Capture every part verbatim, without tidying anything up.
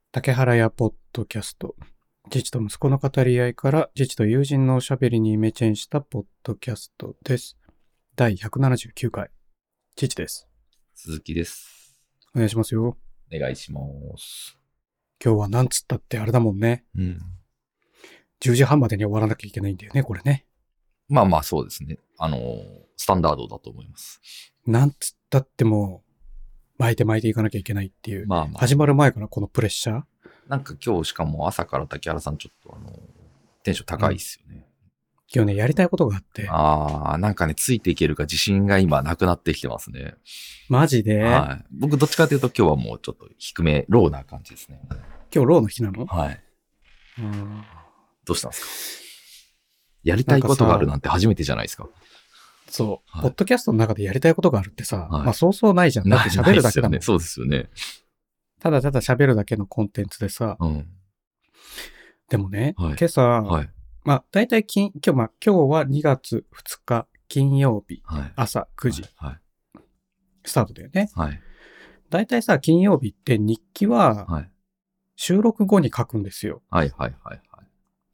竹原屋ポッドキャスト。父と息子の語り合いから父と友人のおしゃべりにイメチェンしたポッドキャストです。だいひゃくななじゅうきゅうかい。父です。 鈴木です。 お願いしますよ。 お願いします。 今日はなんつったってあれだもんね。 うん。 じゅうじはんまでに終わらなきゃいけないんだよね、これね。 まあまあそうですね。あのー、スタンダードだと思います。 なんつったってもう、巻いて巻いていかなきゃいけないっていう。 まあまあ。 始まる前からこのプレッシャー。 なんか今日しかも朝から竹原さんちょっとあのー、テンション高いっすよね。うん、 今日ね、やりたいことがあって。 ああ、なんかね、ついていけるか自信が今なくなってきてますね。 マジで？ はい。僕どっちかというと今日はもうちょっと低め、ローな感じですね。 今日ローの日なの？ はい。 うん。 どうしたんですか？やりたいことがあるなんて初めてじゃないですか。 そう、はい。ポポッドキャストの中でやりたいことがあるってさ、 はい、 まあそうそうないじゃん。だって喋るだけだもん。 ね、そうですよね。 ただただ喋るだけのコンテンツでさ。 うん、 でもね、 はい、 今朝、 はい、 まあ大体金、今日、まあ今日はにがつふつか金曜日、 はい、 朝くじ、 はい、 スタートだよね。 はい。 大体さ、金曜日って日記は、 はい収録後に書くんですよ。 はいはいはいはい。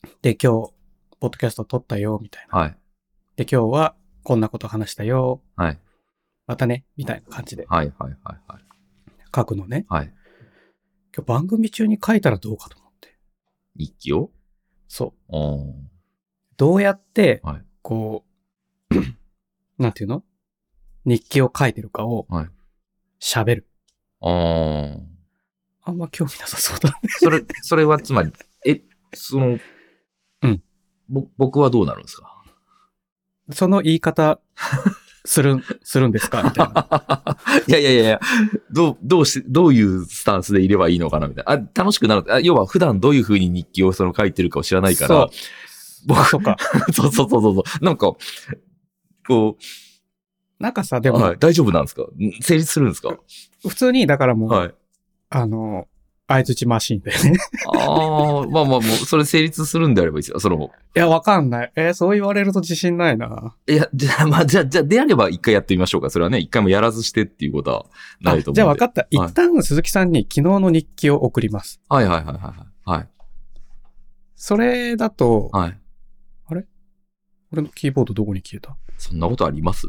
で、今日、ポッドキャスト撮ったよ、みたいな。 はい。 で、今日はこんなこと話したよ。 はい。 またね、みたいな感じで。 はいはいはいはい。 書くのね。 はい。 今日番組中に書いたらどうかと思って。 日記を？ そう。 おどうやって、 はい、 こう、なんていうの？日記を書いてるかを、喋る。 はい、 あんま興味なさそうだね。 それ、それはつまり、え、その、 うん。 ぼ、僕はどうなるんですか？ その言い方、する、するんですかみたいな。 いやいやいや、どう、どうし、どういうスタンスでいればいいのかなみたいな。あ、楽しくなる。あ、要は普段どういう風に日記をその書いてるかを知らないから。 そう。 僕、 そうか。 そうそうそうそう。なんか、こう。 なんかさ、でも、 はい、大丈夫なんですか？成立するんですか？ 普通に、だからもう、 はい。 あの、相槌マシーンだよね。 ああ、まあまあ、もう、それ成立するんであればいいですよ。その、 いや、わかんない。えー、そう言われると自信ないな。 いや、じゃあ、まあ、じゃあ、じゃあ、であれば一回やってみましょうか。それはね、一回もやらずしてっていうことはないと思うんで。 じゃあ分かった。 はい、 一旦鈴木さんに昨日の日記を送ります。 はいはいはいはい。はい。 それだと、 はい。 あれ？俺のキーボードどこに消えた？ そんなことあります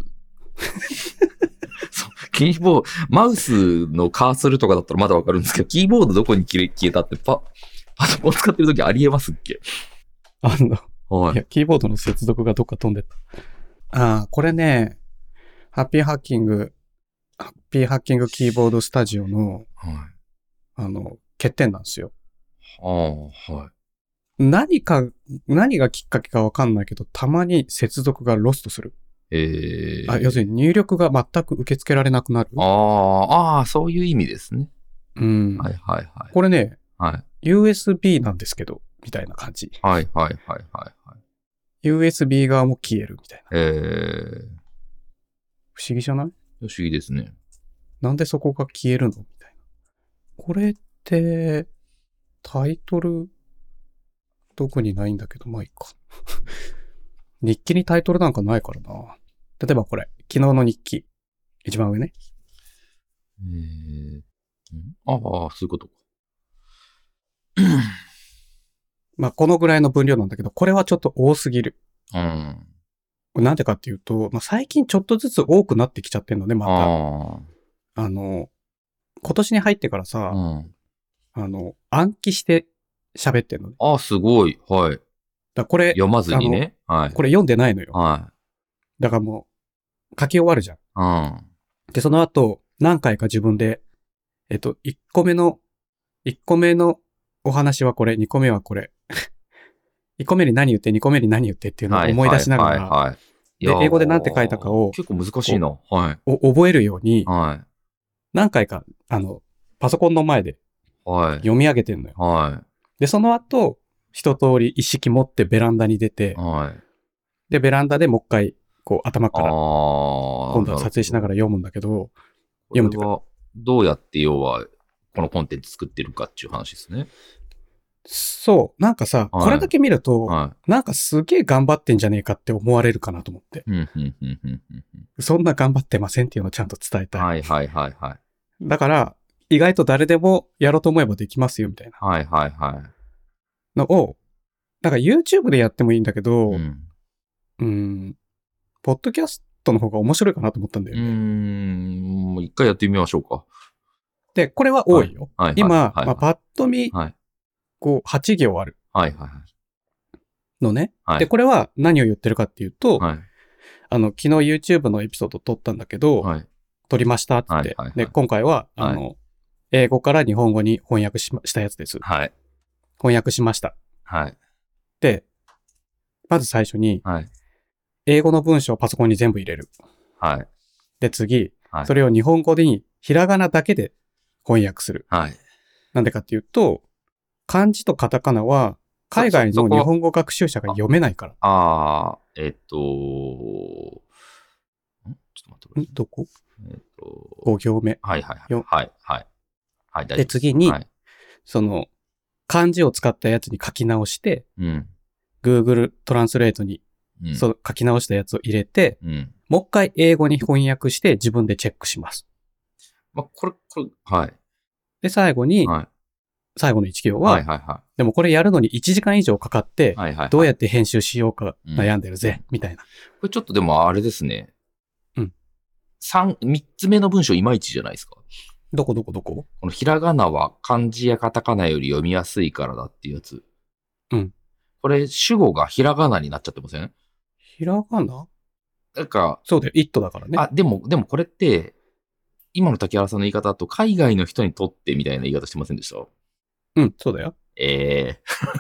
キーボード、マウスのカーソルとかだったらまだわかるんですけど、キーボードどこに消え、消えたってパ、パソコン使ってるときありえますっけ？ あの、 はい。 いや、キーボードの接続がどっか飛んでた。ああ、これね、ハッピーハッキング、ハッピーハッキングキーボードスタジオの、 はい。 あの、欠点なんですよ。 ああ、はい。 何か、何がきっかけかわかんないけど、たまに接続がロストする。 ええー。 あ、要するに入力が全く受け付けられなくなる。 ああ、ああ、そういう意味ですね。 うん。 はいはいはい。 これね、 はい。 ユーエスビー なんですけど、みたいな感じ。 はいはいはいはい。 ユーエスビー 側も消えるみたいな。 ええー。 不思議じゃない？ 不思議ですね。 なんでそこが消えるのみたいな。これって、タイトル、特にないんだけど、まあいいか。日記にタイトルなんかないからな。例えばこれ、昨日の日記。一番上ね。 えー、ああ、そういうことか。 まあこのぐらいの分量なんだけど、これはちょっと多すぎる。 うん。 なんでかっていうと、まあ、最近ちょっとずつ多くなってきちゃってんのね、また。 あ, あの、今年に入ってからさ、 うん、 あの、暗記して喋ってんのね。 ああ、すごい。はい。 だこれ、 読まずにね。はい。 これ読んでないのよ。 はい。 だからもう、書き終わるじゃん。 うん。 で、その後、何回か自分で、えっと、いっこめの、いっこめのお話はこれ、にこめはこれ。いっこめに何言って、にこめに何言ってっていうのを思い出しながら、はいはいはいはい、で、英語で何て書いたかを、 結構難しいな。はい。 お覚えるように、 はい。 何回か、あの、パソコンの前で、読み上げてんのよ。 はい。 で、その後、一通り意識持ってベランダに出て、 はい。 で、ベランダでもう一回、こう、頭から、今度は撮影しながら読むんだけど、 読むというか、どうやって要は、このコンテンツ作ってるかっていう話ですね。 そう。なんかさ、はい、これだけ見ると、はい、なんかすげえ頑張ってんじゃねえかって思われるかなと思って。そんな頑張ってませんっていうのをちゃんと伝えたい。 はいはいはいはい。 だから、 意外と誰でもやろうと思えばできますよみたいなはいはいはい。 のを、なんか YouTube でやってもいいんだけど、 う。 うんーん、ポッドキャストの方が面白いかなと思ったんだようーね。 ん。もう一回やってみましょうか。 で、これは多いよ。 はいはい今、 はいまあ、パッと見、 はい。 こう、はち行あるはいはいはい。 のね。 はいで、これは何を言ってるかっていうと、 はい。 あの、昨日 YouTube のエピソード撮ったんだけど、 はい。 撮りましたってって、 はいはいはいで、今回は、あの、英語から日本語に翻訳しましたやつです。 はい。 翻訳しました。 はい。 で、まず最初に、 はい。 英語の文章をパソコンに全部入れる。 はい。 で、次、 はい。 それを日本語でにひらがなだけで翻訳する。 はい。 なんでかっていうと、漢字とカタカナは海外そそこの日本語学習者が読めないから。 あー、えっと、んちょっと待ってくだんどこさい。えっと、 ご行目。 はいはいはい。 よはい。はい。はい、大丈夫で、次に、 はい。 その、漢字を使ったやつに書き直して、 うん。 Google トランスレートに、 うん。 そう書き直したやつを入れて、 うん。 もう一回英語に翻訳して自分でチェックします。 まあ、これ、これ、はい。 で、最後に、 はい。 最後の一行は、 は、 いはいはでもこれやるのにいちじかん以上かかってい。、はいはいはい。 どうやっって編集しようか悩んでるぜ、みたいな。 これちょっとでもあれですね。 うん。 三、三つ目の文章いまいちじゃないですか。 どこどこどここのひらがなは漢字やカタカナより読みやすいからだっていうやつ。 うん。 これ主語がひらがなになっちゃってません？ ひらがななんか、 そうだよ、イットだからね。 あ、でも、でもこれって、今の竹原さんの言い方だと、海外の人にとってみたいな言い方してませんでした？ うん、そうだよ。 え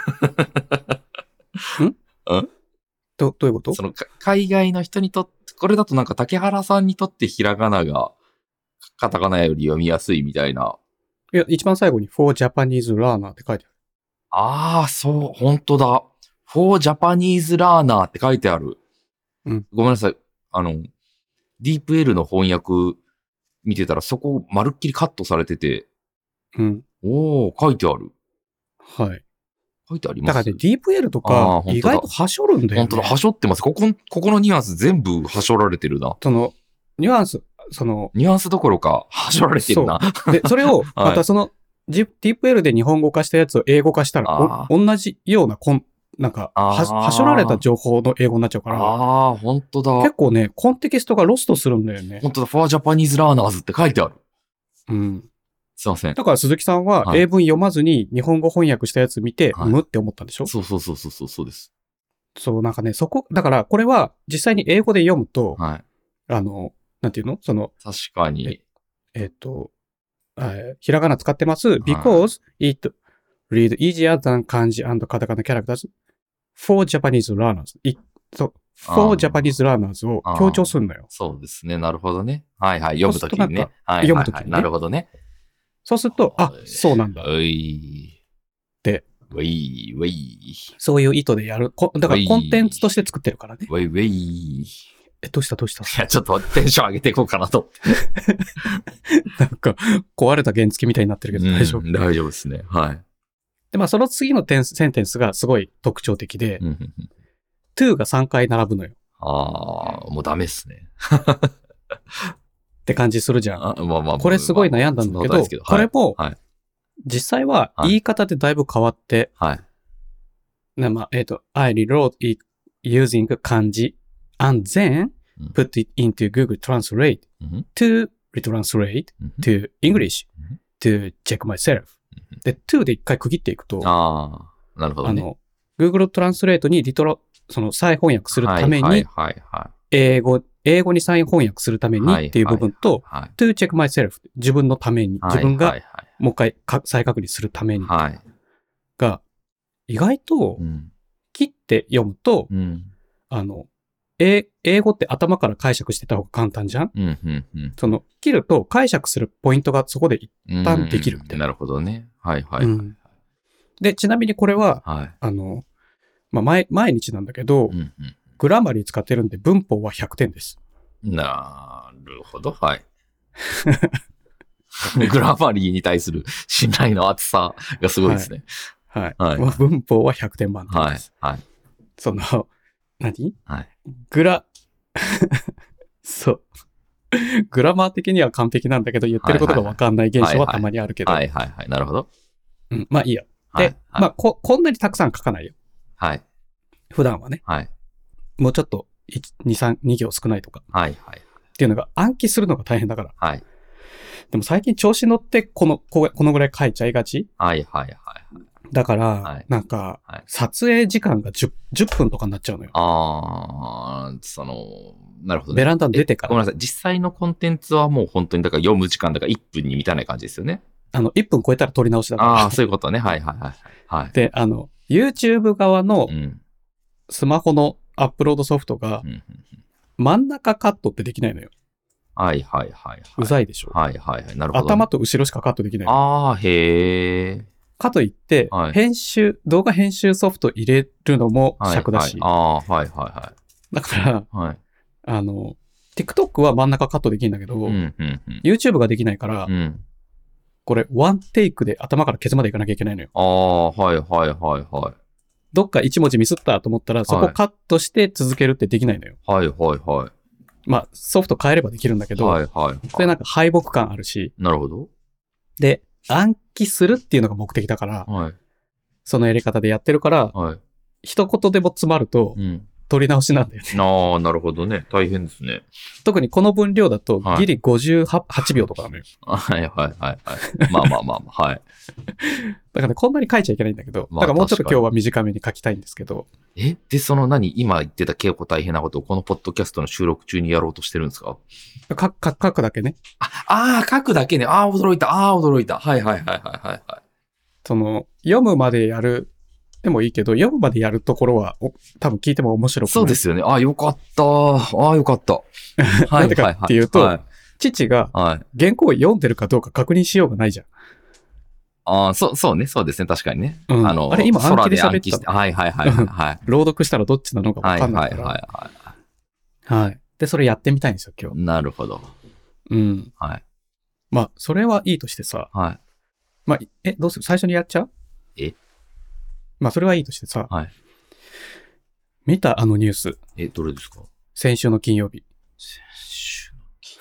ど、どういうことー、そのか海外の人にとって、これだとなんか竹原さんにとってひらがながカタカナより読みやすいみたいな。 いや、一番最後に for Japanese learner って書いてある。 ああ、そう、本当だ。for Japanese learner って書いてある。 うん。 ごめんなさい。あの、ディープエル の翻訳見てたらそこまるっきりカットされてて、 うん。 おー、書いてある。 はい。 書いてあります。 だからね、ディープエルとあーか、 本当だ意外とはしょるんだよね。 本当だ、はしょってます。ここ、ここのニュアンス全部はしょられてるな。 その、ニュアンス、その、 ニュアンスどころか、はしょられてるな。 で、それを、またその、ジディープエルで日本語化したやつを英語化したら、 あお同じようなコン、なんか、は、 あーはしょられた情報の英語になっちゃうから、 ああ、本当だ。 結構ね、コンテキストがロストするんだよね。 本当だ、for Japanese learners って書いてある。 うん。 すいません。 だから鈴木さんははい英文読まずに日本語翻訳したやつ見て、 はいむって思ったんでしょ？ そうそうそうそうそう、そうです。 そう、なんかね、そこ、だからこれは実際に英語で読むと、 はい。 あの、なんていうのその、 確かに。 えっと、えーひらがな使ってます。because it read easier than 漢字 and カタカナ characters for Japanese learners. It, そう for あー Japanese learners を強調するのよ。 そうですね。なるほどね。はいはい。読むときにねそうするとなん。 はいはいはい。 読むときにねなるほどね。 そうすると、あ、そうなんだ。 うい。 で、 ウェイ、ウェイ。 そういう意図でやる。こだからコンテンツとして作ってるからね。 ウェイ、ウェイ。 え、どうしたどうしたいや、ちょっとテンション上げていこうかなと。 なんか、壊れた原付みたいになってるけど大丈夫。 うん大丈夫ですね。はい。 で、まあ、その次のテンスセンテンスがすごい特徴的で、 うんうんうん to がさんかい並ぶのよ。 ああ、もうダメっすね。 って感じするじゃん。 あまあまあまあこれすごい悩んだんだけどそんなことないですけ、 これもはい、 実際ははい言い方でだいぶ変わって、 はい。 ねまあ、えっ、と、I rewrote it using 漢字 and then うん put it into Google Translate うん to retranslate うん to English うん to check myself で、to で一回区切っていくと、 ああ、なるほどね。 あの、Google Translate にリトラ、その再翻訳するために、 はいはいは英語、英語に再翻訳するためにっていう部分と、 いはい。 to check myself 自分のために、 はい自分がはいもう一回か再確認するためにはい。はい。 が、意外とうん。 切って読むと、 うん。 あの、英英語って頭から解釈してた方が簡単じゃん？ うん。うん。うん。 その、切ると解釈するポイントがそこで、 一旦できるみたいななるほどね。はいはい。 うんで、ちなみにこれは、 はい。 あの、まあ、毎、毎日なんだけど、 うんうん。 グラマリー使ってるんで文法はひゃくてんです。 なるほど。はい。グラマリーに対する信頼の厚さがすごいですね。 はい。 はいまあ文法はひゃくてん満点はいです。。 はい。 その、何はい。 グラ、そう。 グラマー的には完璧なんだけど、言ってることがわかんない現象はたまにあるけど。 はいはいはい。なるほど。 うん、まあいいや。で、 はいはい、 まあこ、こんなにたくさん書かないよ。 はい。 普段はね。 はい。 もうちょっと、に、さん、に行少ないとか。 はいはい。 っていうのが暗記するのが大変だから。 はい。 でも最近調子乗ってこの、このぐらい書いちゃいがち。 はいはいはい。 だから、 はい、 なんか、 はい、 撮影時間が 10, じゅっぷんとかになっちゃうのよ。 あー、その、なるほどね。 ベランダに出てから。 ごめんなさい。実際のコンテンツはもう本当に、だから読む時間だからいっぷんに満たない感じですよね。 あの、いっぷん超えたら撮り直しだから。 ああ、そういうことね。はいはいはい。はい。 で、あの、YouTube 側のスマホのアップロードソフトが、真ん中カットってできないのよ。 はいはいはい。 うざいでしょ。 はいはいはい。なるほど、ね。 頭と後ろしかカットできない。 ああ、へえ。 かといって、はい、編集、動画編集ソフト入れるのも尺だし。 はいはい、ああ、はいはいはい。 だから、はい、あの、TikTok は真ん中カットできるんだけど、うんうんうん、YouTube ができないから、うん、これ、ワンテイクで頭からケツまでいかなきゃいけないのよ。 ああ、はいはいはいはい。 どっか一文字ミスったと思ったら、そこカットして続けるってできないのよ。 はいはいはい。 まあ、ソフト変えればできるんだけど、はいはいはい、それなんか敗北感あるし。 なるほど。 で、暗記するっていうのが目的だから、はい、そのやり方でやってるから、はい、一言でも詰まると、うん、取り直しなんだよね。 ああ、なるほどね。大変ですね。 特にこの分量だと、ギリごじゅうはちびょうとかなのよ。 はいはいはいはい。まあまあまあまあ、はい。 だから、ね、こんなに書いちゃいけないんだけど、まあ、だからもうちょっと今日は短めに書きたいんですけど。 えで、その何今言ってた結構大変なことをこのポッドキャストの収録中にやろうとしてるんですか？ か、か、書くだけね。 ああ、書くだけね。ああ、驚いた。ああ、驚いた。はいはいはいはいはい。 その、読むまでやるでもいいけど、読むまでやるところは、多分聞いても面白くない。 そうですよね。ああ、よかった。ああ、よかった。 なんでかっていうと、はいはいはい、父が原稿を読んでるかどうか確認しようがないじゃん。 ああ、そう、そうね。そうですね。確かにね。 うん、 あの、 あれ今暗記で喋ってたの。 はいはいはい、はい。 朗読したらどっちなのか分かんないから。はいはいはい。はい。で、それやってみたいんですよ、今日。 なるほど。 うん。 はい。 まあ、それはいいとしてさ。 はい。 まあ、え、どうする？最初にやっちゃう？ えまあ、それはいいとしてさ。 はい。 見たあのニュース。 え、どれですか？ 先週の金曜日。 先週の金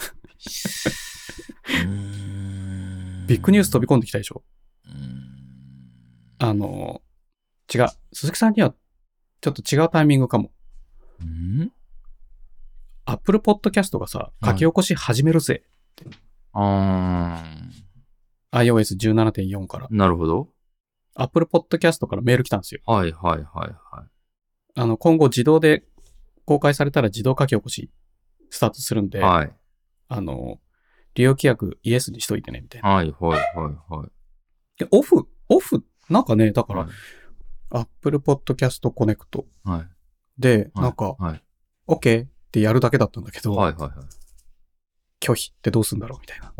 曜日。うーん。 ビッグニュース飛び込んできたでしょ？ うーん。 あの、違う。鈴木さんにはちょっと違うタイミングかも。 ん？ アップルポッドキャストがさ、書き起こし始めるぜって。 あー。アイオーエスじゅうななてんよん から。 なるほど。 アップルポッドキャストからメール来たんですよ。 はいはいはいはい。 あの、今後自動で公開されたら自動書き起こしスタートするんで、 はい。 あの、利用規約イエスにしといてね、みたいな。 はいはいはいはい。 でオフ、オフ、なんかね、だから、はい、Apple Podcast Connect で、 はい、 なんか、 はい、 OK ってやるだけだったんだけど、 はいはいはい、 拒否ってどうすんだろうみたいな。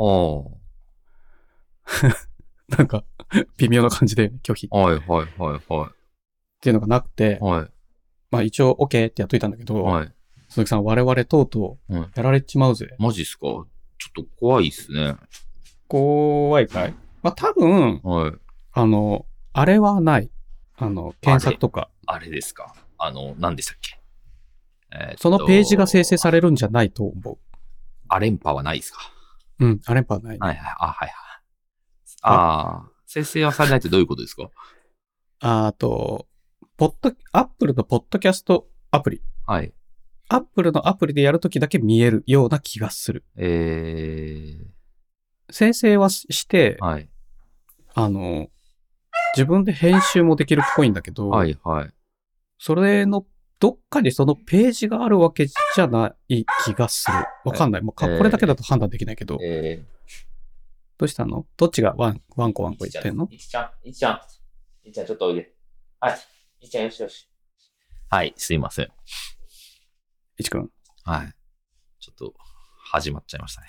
あなんか、微妙な感じで拒否。 はいはいはいはい。 っていうのがなくて、 はい、 まあ一応 OK ってやっといたんだけど、はい、鈴木さん、我々とうとうやられちまうぜ。 はい、マジっすか？ちょっと怖いっすね。 怖いかい？まあ多分、 はい、 あの、あれはない。あの、検索とか。 あれ、あれですか？あの、何でしたっけ？ えー、そのページが生成されるんじゃないと思う。 アレンパはないですか？ うん、アレンパはない、ね。 はいはい。あ、はいはい。ああ、生成はされないってどういうことですか？ あと、ポッド、アップルのポッドキャストアプリ。 はい。 アップルのアプリでやるときだけ見えるような気がする。 えー。 生成はして、 はい。 あの、自分で編集もできるっぽいんだけど、 はいはい。 それのどっかにそのページがあるわけじゃない気がする。わかんない。もうこれだけだと判断できないけど。 えー、 どうしたの？どっちがワン、ワンコワンコ言ってんの？ いちちゃん、いちちゃん、いちちゃんちょっとおいで。はい。いちちゃんよしよし。はい、すいません。 いちくん。 はい。ちょっと、始まっちゃいましたね。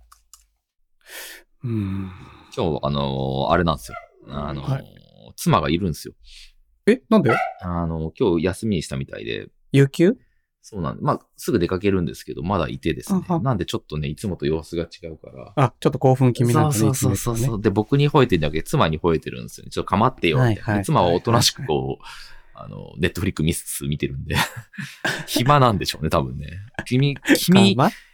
うーん。 今日、あのー、あれなんですよ。あのー、はい、妻がいるんですよ。 え、なんで？ あのー、今日休みにしたみたいで。 有給？ そうなんで、まあ、すぐ出かけるんですけど、まだいてですね。なんでちょっとね、いつもと様子が違うから。 あ、ちょっと興奮気味なんだね。 そうそうそうそう、ね。で、僕に吠えてるんだけど、妻に吠えてるんですよね。ちょっと構ってよって。はいはい、妻はおとなしくこう、あの、ネットフリックミス見てるんで。暇なんでしょうね、多分ね。君、君、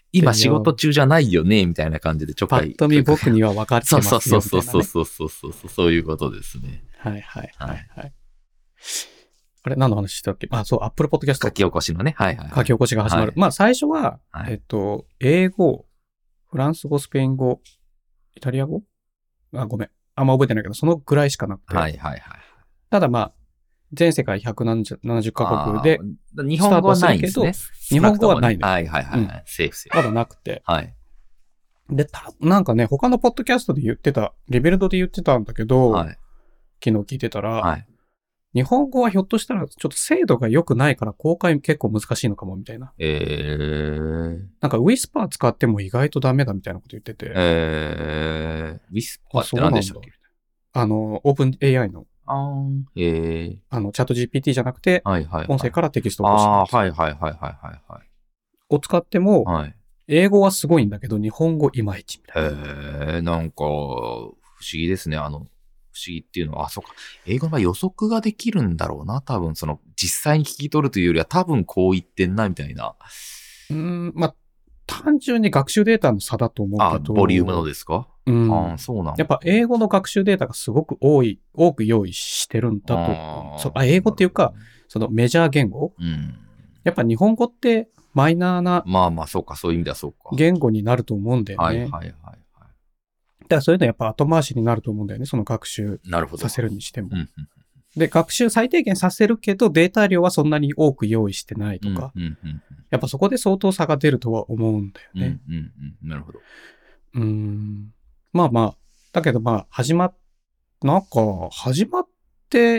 今仕事中じゃないよね、みたいな感じでちょっかい。 パッと見僕には分かってますよ、 そうそうそうみたいなね。 そうそうそうそう、そういうことですね。 はいはいはいはい。あれ、何の話してたっけ？あ、そう、Apple Podcast。 書き起こしのね。はいはい、はい。 書き起こしが始まる。 はい、 まあ最初は、 はい、 えっと、英語、フランス語、スペイン語、イタリア語あ、ごめん。あんま覚えてないけど、そのぐらいしかなくて。 はいはいはい。 ただまあ、全世界ひゃくななじゅうカ国で、 日本語はないんですね。 日本語はないの、 ね。はいはいはい。うん、セーフセーフ。 まだなくて。 はい。 で、た、なんかね、他のポッドキャストで言ってた、リベルドで言ってたんだけど、はい、昨日聞いてたら、はい、日本語はひょっとしたらちょっと精度が良くないから公開結構難しいのかもみたいな。 えー。 なんかウィスパー使っても意外とダメだみたいなこと言ってて。 えー。ウィスパーって何でしたっけ？ あの、オープン エーアイ の。 あー。えー。 あの、チャット ジーピーティー じゃなくて、はいはいはい、音声からテキストを起こす。 ああ、はいはいはいはいはいはい。 を使っても、はい、英語はすごいんだけど、日本語いまいちみたいな。 へえ、なんか、不思議ですね。あの、不思議っていうのは、あ、そうか。英語の場合予測ができるんだろうな。多分、その、実際に聞き取るというよりは、多分こう言ってんな、みたいな。 うーん、まあ、単純に学習データの差だと思うけど。 あ、ボリュームのですか？ うん。 あ、そうなんだ。 やっぱ英語の学習データがすごく多い、多く用意してるんだと思う。そう、あ、英語っていうか、そのメジャー言語。うん。やっぱ日本語ってマイナーな。 まあまあ、そうか、そういう意味ではそうか。 言語になると思うんだよね。 はいはいはい。だからそういうのはやっぱ後回しになると思うんだよね。その学習させるにしても。 うんうん、 で、学習最低限させるけど、データ量はそんなに多く用意してないとか。 うんうんうん、 やっぱそこで相当差が出るとは思うんだよね。 うんうんうん、なるほど。 うーん。まあまあ、だけどまあ、始まっ、なんか、始まって、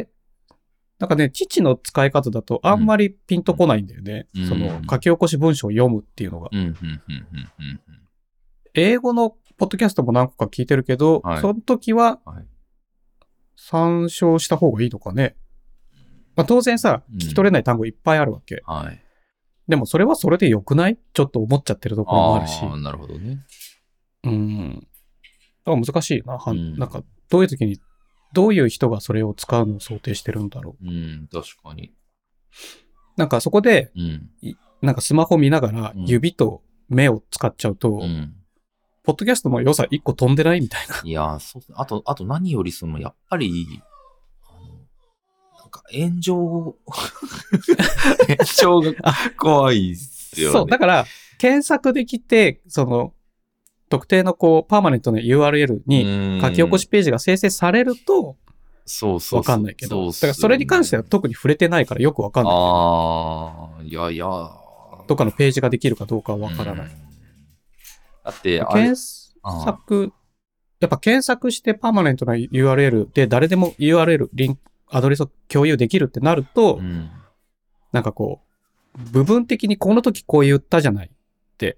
なんかね、父の使い方だとあんまりピンとこないんだよね。うん、その、書き起こし文章を読むっていうのが。英語のポッドキャストも何個か聞いてるけど、はい、その時は、参照した方がいいのかね。まあ、当然さ、聞き取れない単語いっぱいあるわけ。うん、はい、でもそれはそれで良くない？ちょっと思っちゃってるところもあるし。 ああ、なるほどね。 うん。だから難しいな。うん、なんか、どういう時に、どういう人がそれを使うのを想定してるんだろう。 うん、確かに。 なんかそこで、うん、なんかスマホ見ながら指と目を使っちゃうと、うん、ポッドキャストの良さ一個飛んでないみたいな。 いや、そう、あと、あと何よりその、やっぱり、あの、なんか炎上、炎上が怖いっすよね。 そう、だから、検索できて、その、特定のこう、パーマネントの ユーアールエル に書き起こしページが生成されると、 そうそう。 わかんないけど。だからそれに関しては特に触れてないからよくわかんないけど。 ああ、いやいや。 どっかのページができるかどうかはわからない。 だって、 検索、やっぱ検索してパーマネントな ユーアールエル で誰でも ユーアールエル、リンク、アドレスを共有できるってなると、うん、なんかこう、部分的にこの時こう言ったじゃないって。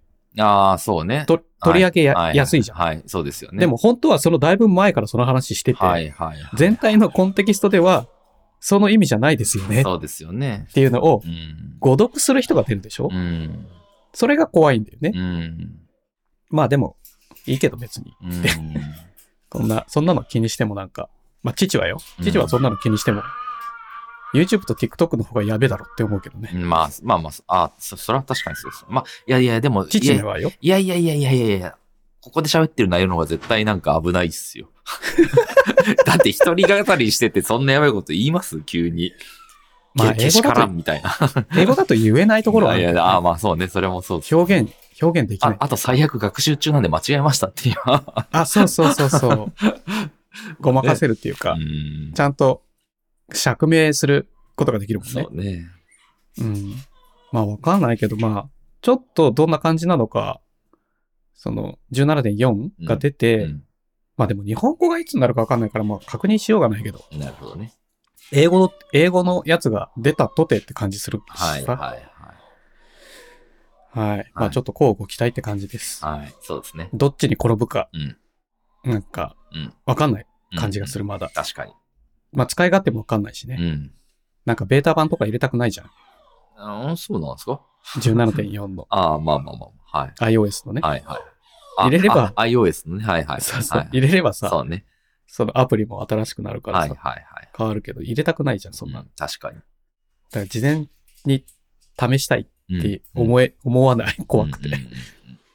ああ、そうね。 と取り上げや、 はい、 やすいじゃん、 はい。はい、そうですよね。 でも本当はそのだいぶ前からその話してて、 はいはいはい、 全体のコンテキストでは、その意味じゃないですよね。 そうですよね。 っていうのを、誤読する人が出るでしょ、うん、それが怖いんだよね。うん、まあでも、いいけど別に。うん、こんな、そんなの気にしてもなんか、まあ父はよ。父はそんなの気にしても、うん、YouTube と TikTok の方がやべえだろって思うけどね。 まあ、まあまあ、あ、そ、それは確かにそうです。まあ、いやいや、でも、 父にはよ。 いやいやいやいやいやいや、ここで喋ってる内容の方が絶対なんか危ないっすよ。だって一人語りしててそんなやばいこと言います急に。まあ、けしからんみたいな。 英語だと言えないところはある、ね。 いやいや、あまあそうね、それもそうです、 ね。表現、表現できない。 あ、あと最悪学習中なんで間違えましたっていう。 あ、そうそうそうそう。ごまかせるっていうか、ね、うんちゃんと釈明することができるもんね。 そうね。 うん。まあわかんないけど、まあ、ちょっとどんな感じなのか、その じゅうななてんよん が出て、うんうん、まあでも日本語がいつになるかわかんないから、まあ確認しようがないけど。 なるほどね。 英語の、英語のやつが出たとてって感じするしさ。 はいはいはい。はい。まあちょっとこうご期待って感じです。 はい。そうですね。 どっちに転ぶか。 うん。 なんか、わかんない感じがする、まだ、 うん。確かに。 まあ使い勝手もわかんないしね。 うん。 なんかベータ版とか入れたくないじゃん。 ああ、そうなんですか ? じゅうななてんよん の。 ああ、まあまあまあ。はい。 iOS のね。 はいはい。 入れれば。 iOS のね。はいはい。 そうそう。入れればさ。 そうね。 そのアプリも新しくなるからさ。 はいはいはい。 変わるけど、入れたくないじゃん、そんなの。うん、 確かに。だから事前に試したいって思え、うんうん、思わない。怖くて。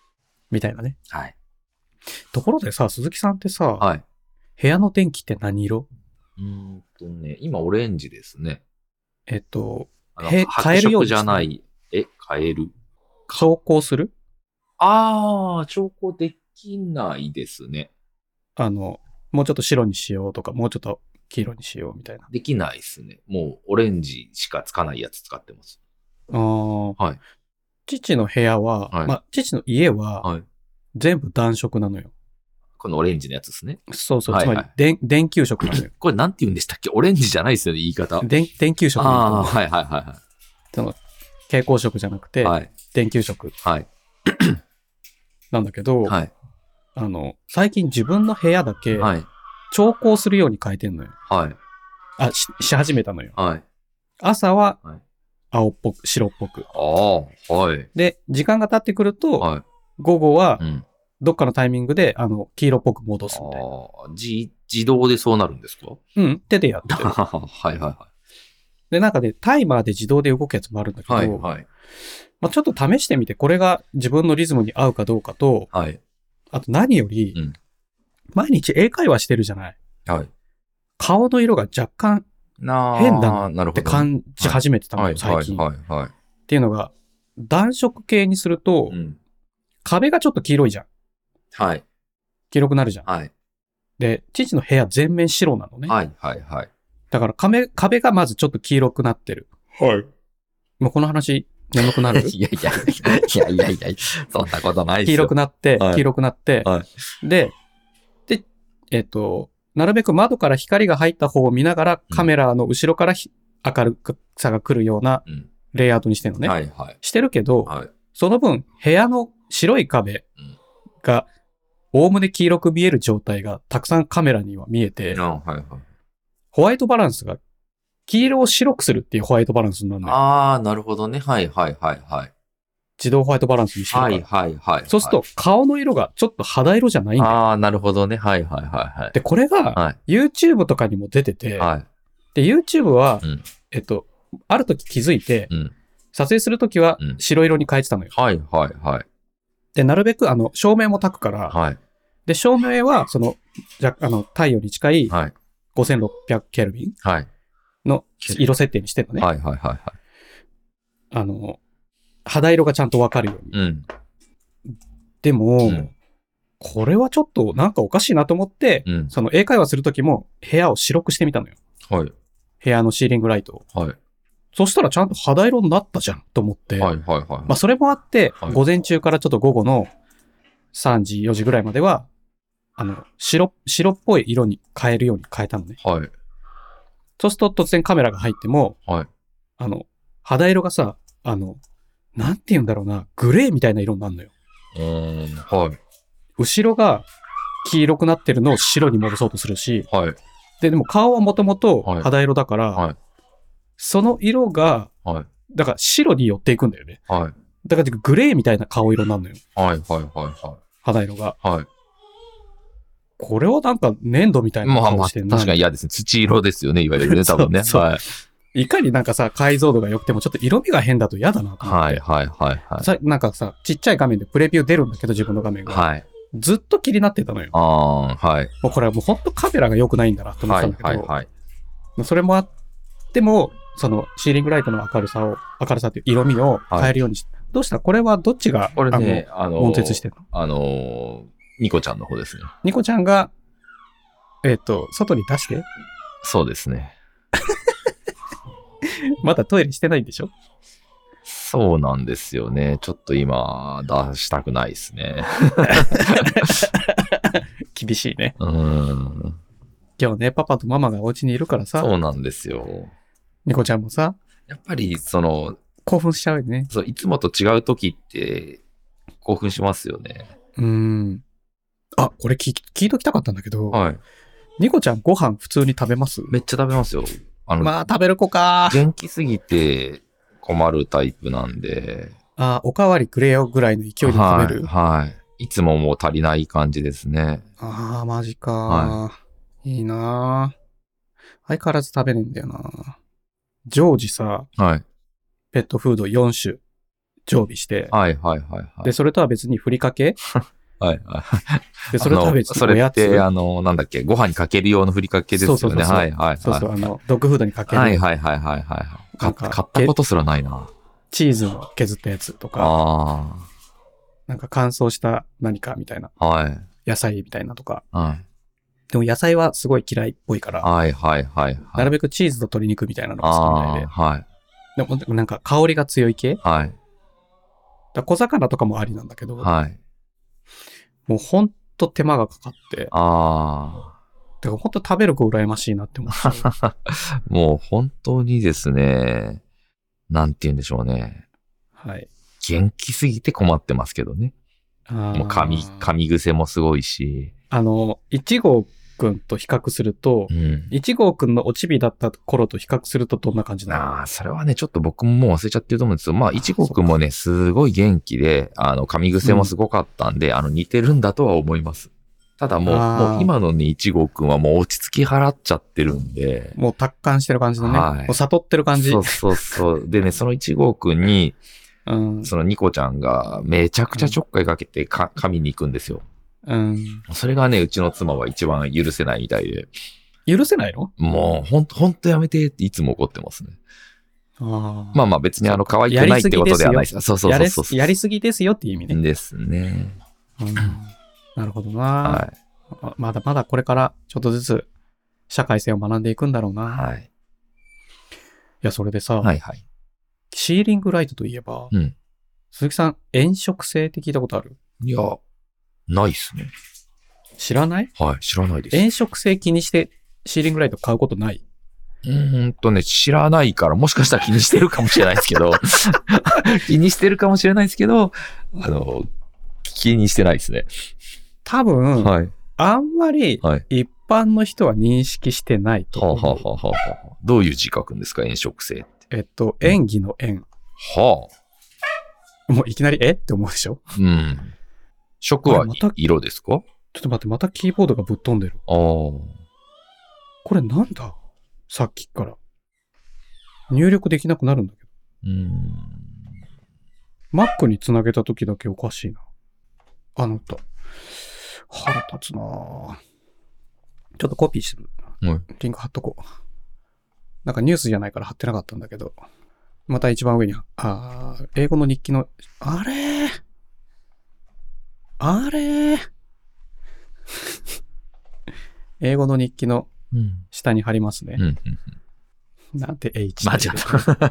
みたいなね。 はい。 ところでさ、鈴木さんってさ、 はい。 部屋の電気って何色？ うーんとね、今オレンジですね。 えっと、 あの、 へ変えるように白色じゃない。え、変える？ 調光する？ あー、調光できないですね。 あの、もうちょっと白にしようとか、もうちょっと黄色にしようみたいな。 できないですね。もうオレンジしかつかないやつ使ってます。 ああ。 はい。 父の部屋は、 はいまあ、父の家は、 はい。 全部暖色なのよ。 このオレンジのやつですね。 そうそう。 はいはいつまり、電、電球色なのよ。 これなんて言うんでしたっけ？オレンジじゃないですよね、言い方。 電、電球色でいいと思う。 ああ、はいはいはいはその、蛍光色じゃなくて、 い。はい。 電球色はい。 なんだけど、 はい。 あの、最近自分の部屋だけ、 はい。 調光するように変えてんのよ。 はい。 あ、し、し始めたのよ。 はい。 朝ははい、 青っぽく、白っぽく。 ああ、はい。 で、時間が経ってくると、 はい。 午後はう、ん。 どっかのタイミングで、あの、黄色っぽく戻すみたいな。 ああ、自、自動でそうなるんですか？ うん、手でやってる。 はいはいはで、なんかね、タイマーで自動で動くやつもあるんだけい。 ど、 はいはい。 まあ、ちょっと試してみて、これが自分のリズムに合うかどうかと、 はい。 あと何より、 うん毎日英会話してるじゃない。 はい。 顔の色が若干な変だなってなるほど。 感じ始めてたのよ、 はい最近。 はいはいはい。 っていうのが、暖色系にすると、 うん。 壁がちょっと黄色いじゃん。 はい。 黄色くなるじゃん。 はい。 で、父の部屋全面白なのね。 はいはいはい。 だから壁、壁がまずちょっと黄色くなってる。 はい。 もうこの話、眠くなるいやいやいやいやいやいや、そんなことないですよ。 黄色くなって、 はい黄色くなって、 はで、で、えっと、なるべく窓から光が入った方を見ながら、カメラの後ろからひ明るさが来るようなうん。 レイアウトにしてるのね。 はいはい。 してるけど、 はい。 その分、部屋の白い壁が、おおむね黄色く見える状態がたくさんカメラには見えて、 あはいはい。 ホワイトバランスが、黄色を白くするっていうホワイトバランスになるのよ。 ああ、なるほどね。はいはいはいはい。 自動ホワイトバランスにしてるから。 はいはいはい。 そうすると、顔の色がちょっと肌色じゃないんだよ。 ああ、なるほどね。はいはいはいはい。 で、これが、 はい YouTube とかにも出てて、 はい。 で、YouTube は、 うん。 えっと、ある時気づいて、 うん。 撮影するときはうん白色に変えてたのよ。 はいはいはい。 で、なるべく、あの、照明も焚くから、 はい。 で、照明は、その、じゃ、あの、太陽に近いはい。 ごせんろっぴゃくケルビンはい。 の色設定にしてるのね。 はいはいはいはい。 あの、肌色がちゃんとわかるように。 うん。 でも、 うんこれはちょっとなんかおかしいなと思って、 うん。 その英会話するときも部屋を白くしてみたのよ。 はい。 部屋のシーリングライトを。 はい。 そしたらちゃんと肌色になったじゃんと思って。 はいはいはい。 まあそれもあって、 はい午前中からちょっと午後のさんじ、よじぐらいまでは、あの、白、白っぽい色に変えるように変えたのね。 はい。 そうすると突然カメラが入っても、 はい。 あの、肌色がさ、あの、なんて言うんだろうな、グレーみたいな色になるのよ。 うーん。はい。 後ろが黄色くなってるのを白に戻そうとするし、 はい。 で、でも顔はもともとはい肌色だから、 はい。 その色が、 はい。 だから白に寄っていくんだよね。 はい。 だからグレーみたいな顔色になるのよ。 はいはいは肌色が。 いはい。はい。 これはなんか粘土みたいなまあまあ、 顔してんな。 確かに嫌ですね。土色ですよね、いわゆるね、多分ね。 そうそうはい。 いかになんかさ、解像度が良くてもちょっと色味が変だと嫌だなと思って。 はいはいはいはい。 さなんかさ、ちっちゃい画面でプレビュー出るんだけど、自分の画面が。 はい。 ずっと気になってたのよ。 ああ、はい。 もうこれはもうほんとカメラが良くないんだなと思っはいてたんだけど、 はいはい。 それもあっても、そのシーリングライトの明るさを、明るさという色味を変えるようにして、どうしたこれはどっちが、 これね、ああの、 の、 悶絶してるのあの、ニコちゃんの方ですね。 ニコちゃんが、えっ、と、外に出して、 そうですね。 まだトイレしてないんでしょそうなんですよね。ちょっと今、出したくないですね。 厳しいね。 うーん。 今日ね、パパとママがお家にいるからさ、 そうなんですよ。 ニコちゃんもさ、 やっぱり、その、 興奮しちゃうよね。 そう、いつもと違う時って、興奮しますよね。 うーん。あ、これ聞い聞いときたかったんだけど、 はい。 ニコちゃんご飯普通に食べますめっちゃ食べますよ。あの、 まあ食べる子か。 元気すぎて困るタイプなんで。 あ、おかわりくれよぐらいの勢いで食べる、 はい。はい。いつももう足りない感じですね。 ああ、マジか、 はいいな相変わらず食べねえんだよな。常時さ、 はい。 ペットフードよん種常備して、 はいはいはいはい。 で、それとは別にふりかけはいはい。 で、それとは別におやつ。 それって、あの、なんだっけ、ご飯にかける用のふりかけですよね。 そうそうそうそう。 はいはいはい。 そうそう、あの、ドッグフードにかける。 はいはいはいはいはい。買ったことすらないな。 チーズの削ったやつとか、 あなんか乾燥した何かみたいな。 はい。 野菜みたいなとか。 はい。 でも野菜はすごい嫌いっぽいから、 はいはいはい、はい。 なるべくチーズと鶏肉みたいなのが好きみたいで。 はい。 でもなんか香りが強い系。 はい。 だ小魚とかもありなんだけど、 はい。 もうほんと手間がかかって、 ああ。 だからほんと食べる子羨ましいなって思っちゃう。もう本当にですね、なんて言うんでしょうね。 はい。 元気すぎて困ってますけどね。もう噛み、噛み癖もすごいし。 あの、いち号くんと比較すると、うん、いち号くんのおちびだった頃と比較するとどんな感じなの？ ああ、それはね、ちょっと僕ももう忘れちゃってると思うんですけど、まあ、いち号くんもね、すごい元気で、あの、噛み癖もすごかったんで、うん、あの、似てるんだとは思います。ただもう、もう今のね、いち号くんはもう落ち着き払っちゃってるんで。 もう達観してる感じのね。はい、もう悟ってる感じ。 そうそうそう。でね、そのいち号くんに、うん、そのニコちゃんがめちゃくちゃちょっかいかけてか、噛みに行くんですよ。うん。それがね、うちの妻は一番許せないみたいで。 許せないの？ もう、ほんと、ほんとやめてっていつも怒ってますね。あまあまあ別にあの、可愛くないってことではないです。そうそうそうそうそう。 やりすぎですよっていう意味ね。 ですね。 うん、なるほどな、はい。まだまだこれからちょっとずつ社会性を学んでいくんだろうな。はい。いや、それでさ、 はいはい。 シーリングライトといえば、うん、鈴木さん、炎色性って聞いたことある？ いや、ないっすね。 知らない？ はい、知らないです。 炎色性気にしてシーリングライト買うことない？ うーんとね、知らないから、もしかしたら気にしてるかもしれないですけど、気にしてるかもしれないですけど、あの、気にしてないですね。 多分、はい、あんまり一般の人は認識してないと思う。はあはあはあはあ、どういう字書くんですか、炎色性って。 えっと、演技の演。 はあ。もういきなりえって思うでしょ？うん。 色は色ですか？ ちょっと待って、またキーボードがぶっ飛んでる。ああ。これなんだ？さっきから。入力できなくなるんだけど。うーん。Mac につなげた時だけおかしいな。あの歌。腹立つなぁ。ちょっとコピーしてる。うん。リンク貼っとこう。なんかニュースじゃないから貼ってなかったんだけど。また一番上に、あー、英語の日記の、あれーあれー英語の日記の下に貼りますね。うんうんうん、なんて H マジか。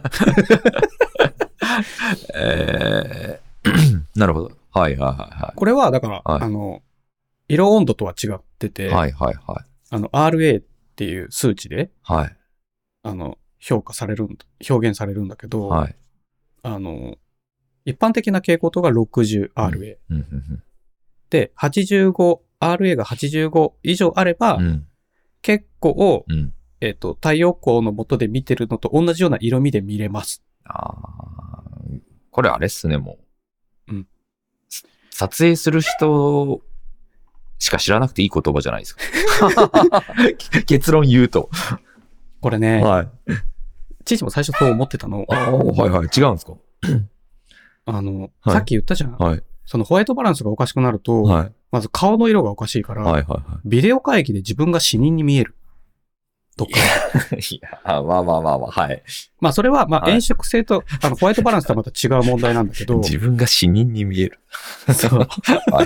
えー、なるほど。はいはいはいはい。 これはだから、はい、あの、色温度とは違ってて、はいはいはい。あの、アールエー っていう数値で、はい。あの、評価されるんだ、表現されるんだけど、はい。あの、一般的な蛍光灯が ろくじゅうアールエー、うんうんうん、で、はちじゅうご、アールエー がはちじゅうご以上あれば、うん、結構、うん、えっと、太陽光の下で見てるのと同じような色味で見れます。ああ、これあれっすね、もう。うん。撮影する人しか知らなくていい言葉じゃないですか。結論言うと。 これね、はい。父も最初そう思ってたの。 ああ、はいはい。違うんですか？ あの、はい、さっき言ったじゃん。はい。そのホワイトバランスがおかしくなると、はい、まず顔の色がおかしいから、はいはいはい、ビデオ会議で自分が死人に見える。とか。 いや、まあまあまあまあ、はい。 まあそれは、まあ炎色性と、はい、あの、ホワイトバランスとはまた違う問題なんだけど。 自分が死人に見える。そう。はい、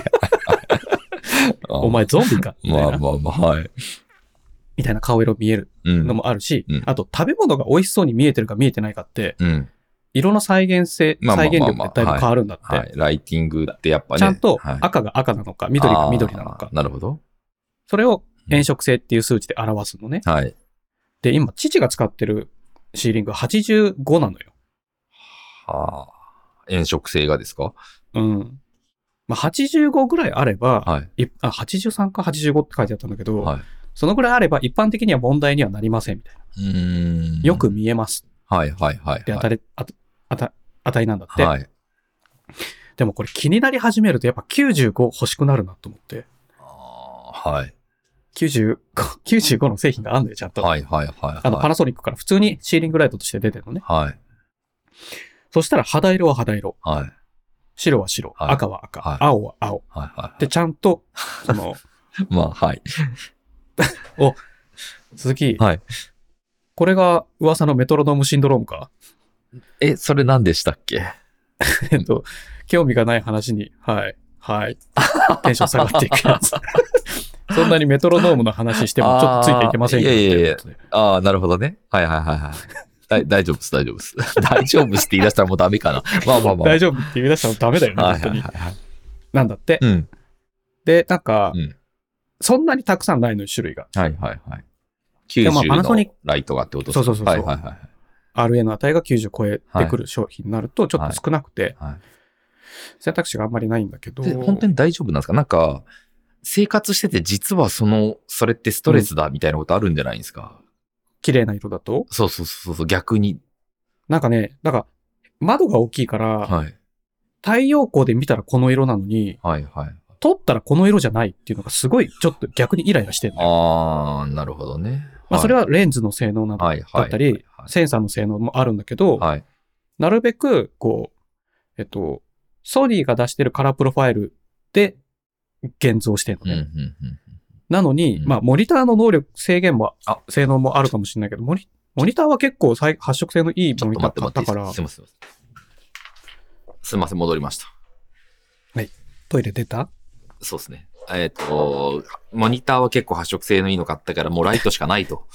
お前ゾンビかみたいな。 まあまあまあ、はい。 みたいな顔色見えるのもあるし、うん、あと食べ物が美味しそうに見えてるか見えてないかって、うん、色の再現性、再現力ってだいぶ変わるんだって、 はいはい。ライティングってやっぱね。 ちゃんと赤が赤なのか、はい、緑が緑なのか。 なるほど。 それを炎色性っていう数値で表すのね。はい。で、今、父が使ってるシーリングははちじゅうごなのよ。 はあ。炎色性がですか？ うん。まあ、はちじゅうごぐらいあれば、はい、あ、はちじゅうさんかはちじゅうごって書いてあったんだけど、はい、そのぐらいあれば一般的には問題にはなりませんみたいな。うーん。よく見えます。 はいはいはい。 で、当たり、あた、値なんだって。はい。でもこれ気になり始めるとやっぱきゅうじゅうご欲しくなるなと思って。ああ、はい。きゅうじゅうご、きゅうじゅうごの製品があるんだよ、ちゃんと。 はいはいはい、はい。 あの、パナソニックから普通にシーリングライトとして出てるのね。はい。 そしたら肌色は肌色。 はい。 白は白。 はい、 赤は赤、 はい。 青は青。 はいはい。 で、ちゃんと、その、 まあ、はい。 お、鈴木。 はい。 これが噂のメトロノームシンドロームか？ え、それ何でしたっけ？ えっと、興味がない話に、はい、はい。テンション下がっていくやつ。そんなにメトロノームの話してもちょっとついていけませんよ。 いやいやいや。ああ、なるほどね。はいはいはいはい。だ大丈夫です、大丈夫です。大丈夫ですって言い出したらもうダメかな。まあまあまあ。 大丈夫って言い出したらダメだよね、本当に。なんだって。 うん。 で、なんか、 うん、 そんなにたくさんないの、種類が。 はいはいはい。きゅうじゅうのライトがってことですか？ そうそうそうそう。 はいはいはい。 アールエー の値がきゅうじゅう超えてくる商品になるとちょっと少なくて、 はいはい、 選択肢があんまりないんだけど。 本当に大丈夫なんですか？なんか、生活してて実はその、それってストレスだみたいなことあるんじゃないですか？うん、 綺麗な色だと？ そうそうそうそう、逆に。 なんかね、なんか、窓が大きいから、はい、太陽光で見たらこの色なのに、 はいはい、 撮ったらこの色じゃないっていうのがすごいちょっと逆にイライラしてるのよ。 あー、なるほどね。 まあそれはレンズの性能などだったり、センサーの性能もあるんだけど、はい、なるべく、こう、えっと、ソニーが出してるカラープロファイルで現像してるのね。うんうんうん、なのに、うん、まあモニターの能力、制限も、性能もあるかもしれないけど、モニ、モニターは結構発色性のいいモニター買ったから。 すいません。すいません、戻りました。 はい。トイレ出た？ そうですね。えっと、モニターは結構発色性のいいの買ったから、もうライトしかないと。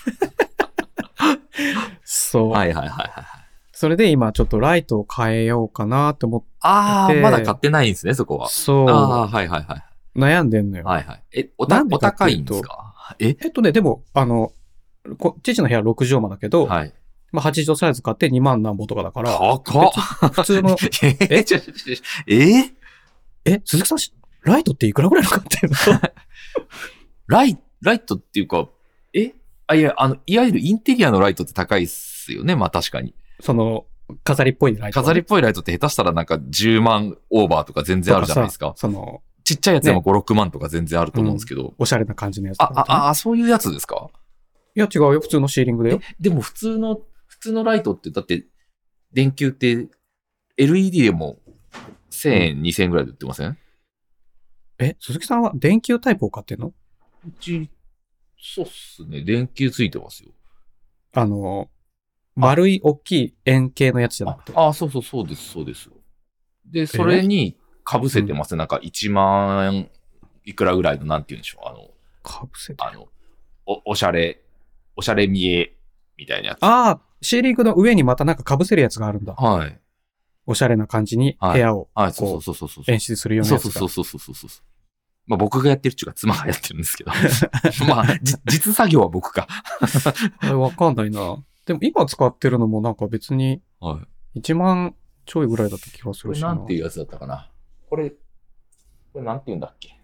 そう。 はいはいはいはい。 それで今ちょっとライトを変えようかなと思って。 ああ、まだ買ってないんですね、そこは。 そう。 ああ、はいはいはい。 悩んでんのよ。 はいはい。え、おた、お高いんですか？ ええっとね、でも、あの、こ父の部屋ろくじょうまだけど、 はい。 まあはちじょうサイズ買ってにまん何本とかだから。 高っ！ 普通の。 えちょ、ええ鈴木さん、ライトっていくらぐらいの買ってるの？ ライ、ライトっていうか、えあ、いや、あの、いわゆるインテリアのライトって高いっすよね。まあ確かに。 その、飾りっぽいライト、 ね。飾りっぽいライトって下手したらなんかじゅうまんオーバーとか全然あるじゃないですか。 その、 ちっちゃいやつでもご、ろくまんとか全然あると思うんですけど。うん、 おしゃれな感じのやつとか、 ね。あ、あ、あ、そういうやつですか？ いや違うよ。普通のシーリングだよ。 でも普通の、普通のライトって、だって、電球って エルイーディー でもせんえん、うん、にせんえんぐらいで売ってません？ え、鈴木さんは電球タイプを買ってんの？ うち、そうっすね。電球ついてますよ。 あの、丸い大きい円形のやつじゃなくて。 ああ、そうそう、そうです、そうです。で、それに被せてます。うん、なんかいちまんいくらぐらいの、なんて言うんでしょう。あの、 被せてあの、お、おしゃれ、おしゃれ見え、みたいなやつ。 ああ、シーリングの上にまたなんか被せるやつがあるんだ。 はい。 おしゃれな感じに部屋を、 はい、そうそうそうそう。 演出するようなやつが。 そうそうそうそうそう。まあ僕がやってるっていうか妻がやってるんですけど。まあ、じ、実作業は僕か。 あれわかんないな。でも今使ってるのもなんか別に、いちまんちょいぐらいだった気がするしな。 これなんていうやつだったかな。これ、これなんて言うんだっけ。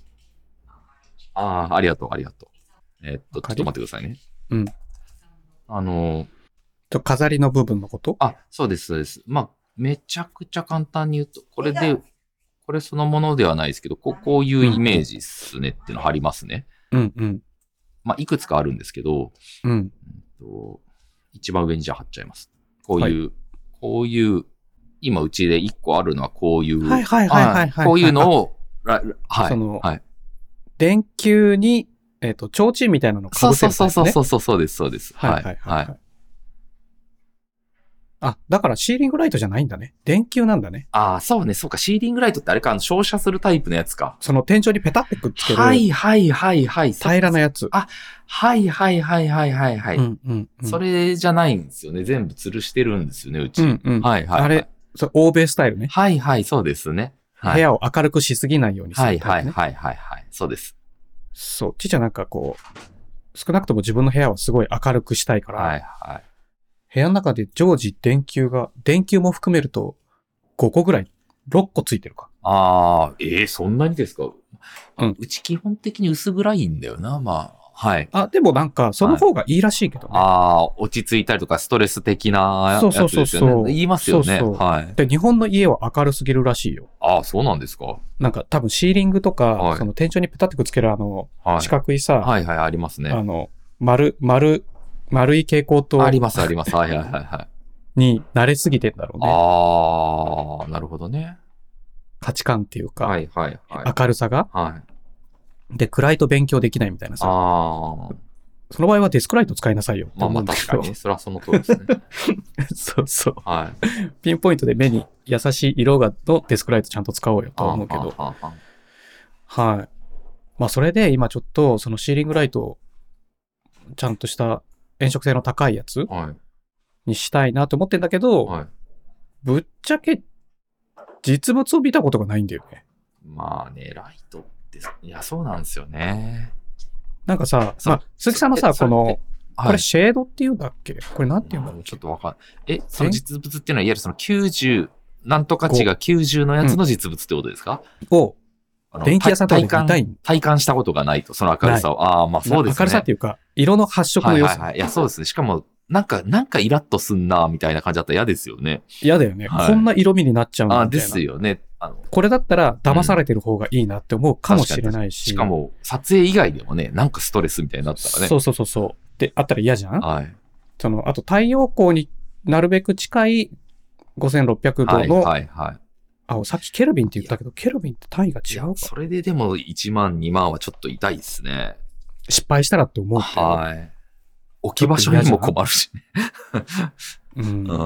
ああ、ありがとう、ありがとう。えー、っと、ちょっと待ってくださいね。 うん。 あのー、 ちょ、飾りの部分のこと？ あ、そうです、そうです。まあ、めちゃくちゃ簡単に言うと、これで、これそのものではないですけど、こう、こういうイメージっすねっていうの貼りますね。 うんうん。 まあ、いくつかあるんですけど、 うん。 うんと、一番上にじゃあ貼っちゃいます。こういう、はい、こういう、今うちで一個あるのはこういう、 はいはいはいはい、はい。 こういうのを、はい。 その、 はい。 電球に、えっと、提灯みたいなのを被せる、ね。 そうそうそうそうそう、そうです、そうです。 はいはいはい、はい。はい。あ、だからシーリングライトじゃないんだね。電球なんだね。 ああ、そうね、そうか。シーリングライトってあれか、あの、照射するタイプのやつか。 その天井にペタってくっつける。 はいはいはいはい。 平らなやつ。 あ、はいはいはいはいはいはい。 うんうんうん、 それじゃないんですよね。全部吊るしてるんですよね、うち。 うんうん、 はいはい、はい。 あれ、それ欧米スタイルね。 はいはい、そうですね。はい、 部屋を明るくしすぎないようにする、ね。 はいはいはいはいはい。そうです。 そう。ちっちゃなんかこう、少なくとも自分の部屋はすごい明るくしたいから。 はいはい。 部屋の中で常時電球が、電球も含めるとごこぐらい、ろっこついてるか。 ああ、ええー、そんなにですか？ うん。 うち基本的に薄暗いんだよな、まあ。はい。 あ、でもなんか、その方がいいらしいけどね。 はい、ああ、落ち着いたりとかストレス的なやつですよね。そうそうそうそう。言いますよね。そうそう。はい。 で、日本の家は明るすぎるらしいよ。 ああ、そうなんですか？ なんか多分シーリングとか、はい、その天井にペタってくっつけるあの、はい、四角いさ。 はいはい、ありますね。 あの、丸、丸、丸い蛍光灯。 ありますあります。はいはいはいはい。 に慣れすぎてんだろうね。 ああ、なるほどね。 価値観っていうか、 はいはいはい。 明るさが。 はい。 で、暗いと勉強できないみたいなさ。 ああ。 その場合はデスクライト使いなさいよってまあまあ思うんだけど。 確かにね。それはその通りですね。 そうそう。 はい。 ピンポイントで目に優しい色がのデスクライトちゃんと使おうよとは思うけど。 はあはあははい。まあそれで今ちょっとそのシーリングライトをちゃんとした炎色性の高いやつあはい。 にしたいなと思ってんだけど、 はい。 ぶっちゃけ実物を見たことがないんだよね。 まあね、ライトって、いや、そうなんですよね。 なんかさ、 そうまあ鈴木さんのさ、この、 はいこれシェードっていうんだっけ？これなんていうんだっけ？ ちょっとわかんない。え、その実物っていうのは、いわゆるそのきゅうじゅう、なんとか値がきゅうじゅうのやつの実物ってことですか？ を、 あの電気屋さんとかで体見たい感、体感したことがないと、その明るさを。ああ、まあそうですね。 明るさっていうか、色の発色の良さ。 はいはいはい。いや、そうですね。しかも、なんか、なんかイラッとすんな、みたいな感じだったら嫌ですよね。 嫌だよね、 はい。 こんな色味になっちゃうんだあみたいな。 ですよね。あの、 これだったら騙されてる方がいいなって思うかもしれないし。 しかも、撮影以外でもね、なんかストレスみたいになったらね。 そうそうそうそう。で、あったら嫌じゃん？ はい。 その、あと太陽光になるべく近いごせんろっぴゃくどの、 はいはいはい。 あ、さっきケルビンって言ったけど、ケルビンって単位が違うか。 それででもいちまん、にまんはちょっと痛いですね。 失敗したらって思うけど。 はい。置き場所にも困るしね。 うん。 うん。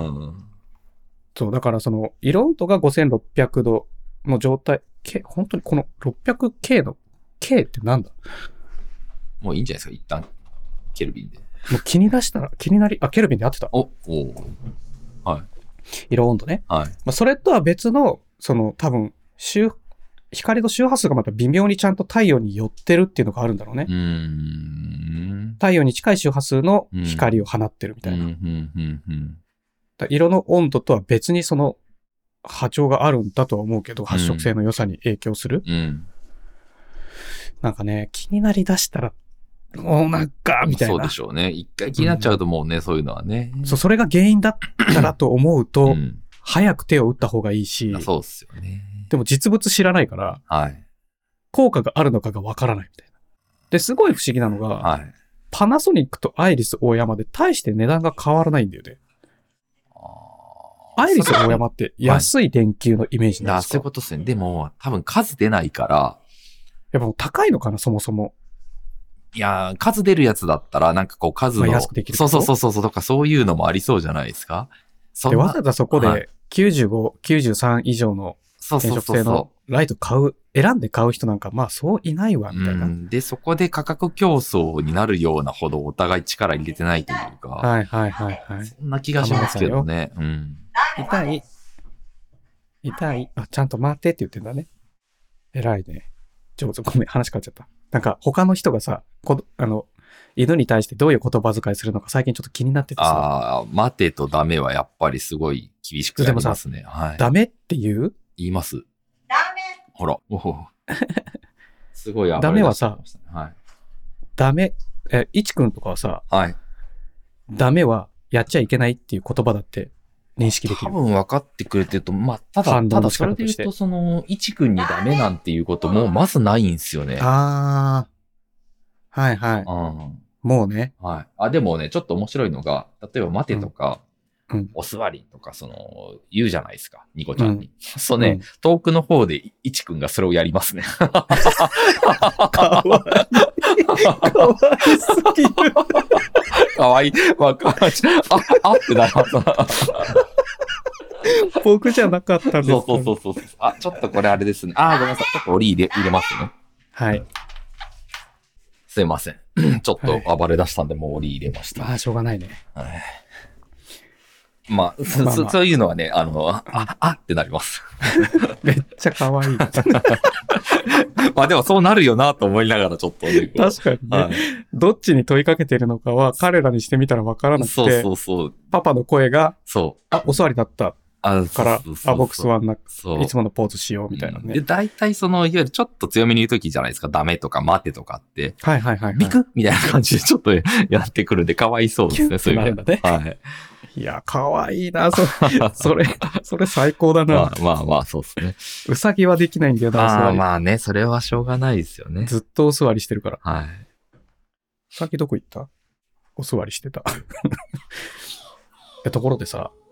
そう、だからその、色温度がごせんろっぴゃくどの状態、K、本当にこの ろっぴゃくケー の K ってなんだ？ もういいんじゃないですか、一旦。ケルビンで。 もう気に出したら、気になり、あ、ケルビンで合ってた。 お、おはい。 色温度ね。 はい。 まあ、それとは別の、その多分、周、光の周波数がまた微妙にちゃんと太陽に寄ってるっていうのがあるんだろうね。 うーん。 太陽に近い周波数の光を放ってるみたいな。 うん、うん、うん、うん。 だ色の温度とは別にその波長があるんだとは思うけど、発色性の良さに影響する。 うん。 なんかね、気になりだしたら、もうなんか、みたいな。 そうでしょうね。一回気になっちゃうともうね、うん、そういうのはね。 そう、それが原因だったらと思うと、 うん、 早く手を打った方がいいし。 そうっすよね。 でも実物知らないから、 はい。 効果があるのかがわからないみたいな。で、すごい不思議なのが、 はい、 パナソニックとアイリスオーヤマで大して値段が変わらないんだよね。アイリスオーヤマって安い電球のイメージなんですか？ そういうことですね。でも、多分数出ないから。 やっぱもう高いのかな、そもそも。 いやー、数出るやつだったら、なんかこう数の。 まあ、安くできる。 そうそうそうそう、とかそういうのもありそうじゃないですか。 で、わざわざそこできゅうじゅうご、きゅうじゅうさん以上の変色性のライト買う、選んで買う人なんか、まあそういないわ、みたいな、うん。 で、そこで価格競争になるようなほどお互い力入れてないというか。 はいはいはいはい。 そんな気がしますけどね。うん。 痛い。痛い。あ、ちゃんと待ってって言ってんだね。偉いね。上手。ごめん、話変わっちゃった。なんか他の人がさ、こあの、犬に対してどういう言葉遣いするのか最近ちょっと気になっててさ。 ああ、待てとダメはやっぱりすごい厳しくなりますね。はい。 ダメって言う？ 言います。ダメ。ほら。おおすごい暴れ出してましたね。 ダメはさ、 はい。 ダメ、え、いちくんとかはさ、 はい。 ダメはやっちゃいけないっていう言葉だって認識できる。 多分分かってくれてると、まあ、ただ、ただそれで言うと、その、いちくんにダメなんていうことも、まずないんですよね。 ああ。はいはい。 うん。 もうね。 はい。あ、でもね、ちょっと面白いのが、例えば待てとか、 うん、 お座りとか、その、言うじゃないですか、ニコちゃんに。うん、そうね、うん、遠くの方で、いちくんがそれをやりますね。 かわいい。かわいすぎる。 かわいい。わかる。あ、あってなります。 僕じゃなかったんです。 そうそうそうそう。あ、ちょっとこれあれですね。あ、ごめんなさい。ちょっと折り入れ、入れますね。 はい。 すいません。ちょっと暴れ出したんで、もう折り入れました。 ああ、しょうがないね。 はい。まあ、まあまあ、そういうのはね、あの、あ、あってなります。 めっちゃ可愛い。 まあでもそうなるよなと思いながらちょっと、ね。 確かにね、はい。どっちに問いかけてるのかは彼らにしてみたらわからなくて。 そうそうそう。 パパの声が、 そう。 あ、お座りだった。 あから、あ、僕座んなく、いつものポーズしようみたいなね。うん、 で、大体その、いわゆるちょっと強めに言うときじゃないですか。ダメとか待てとかって。 はいはいはい、はい。 ビクッみたいな感じでちょっとやってくるんで、かわいそうですね、そういうの。ね、 はい。 いや、かわいいな、それ、それ、それ最高だな。 まあまあまあ、そうですね。 うさぎはできないんだよな、 まあまあね、それはしょうがないですよね。 ずっとお座りしてるから。 はい。 うさぎどこ行った？お座りしてた。ところでさ、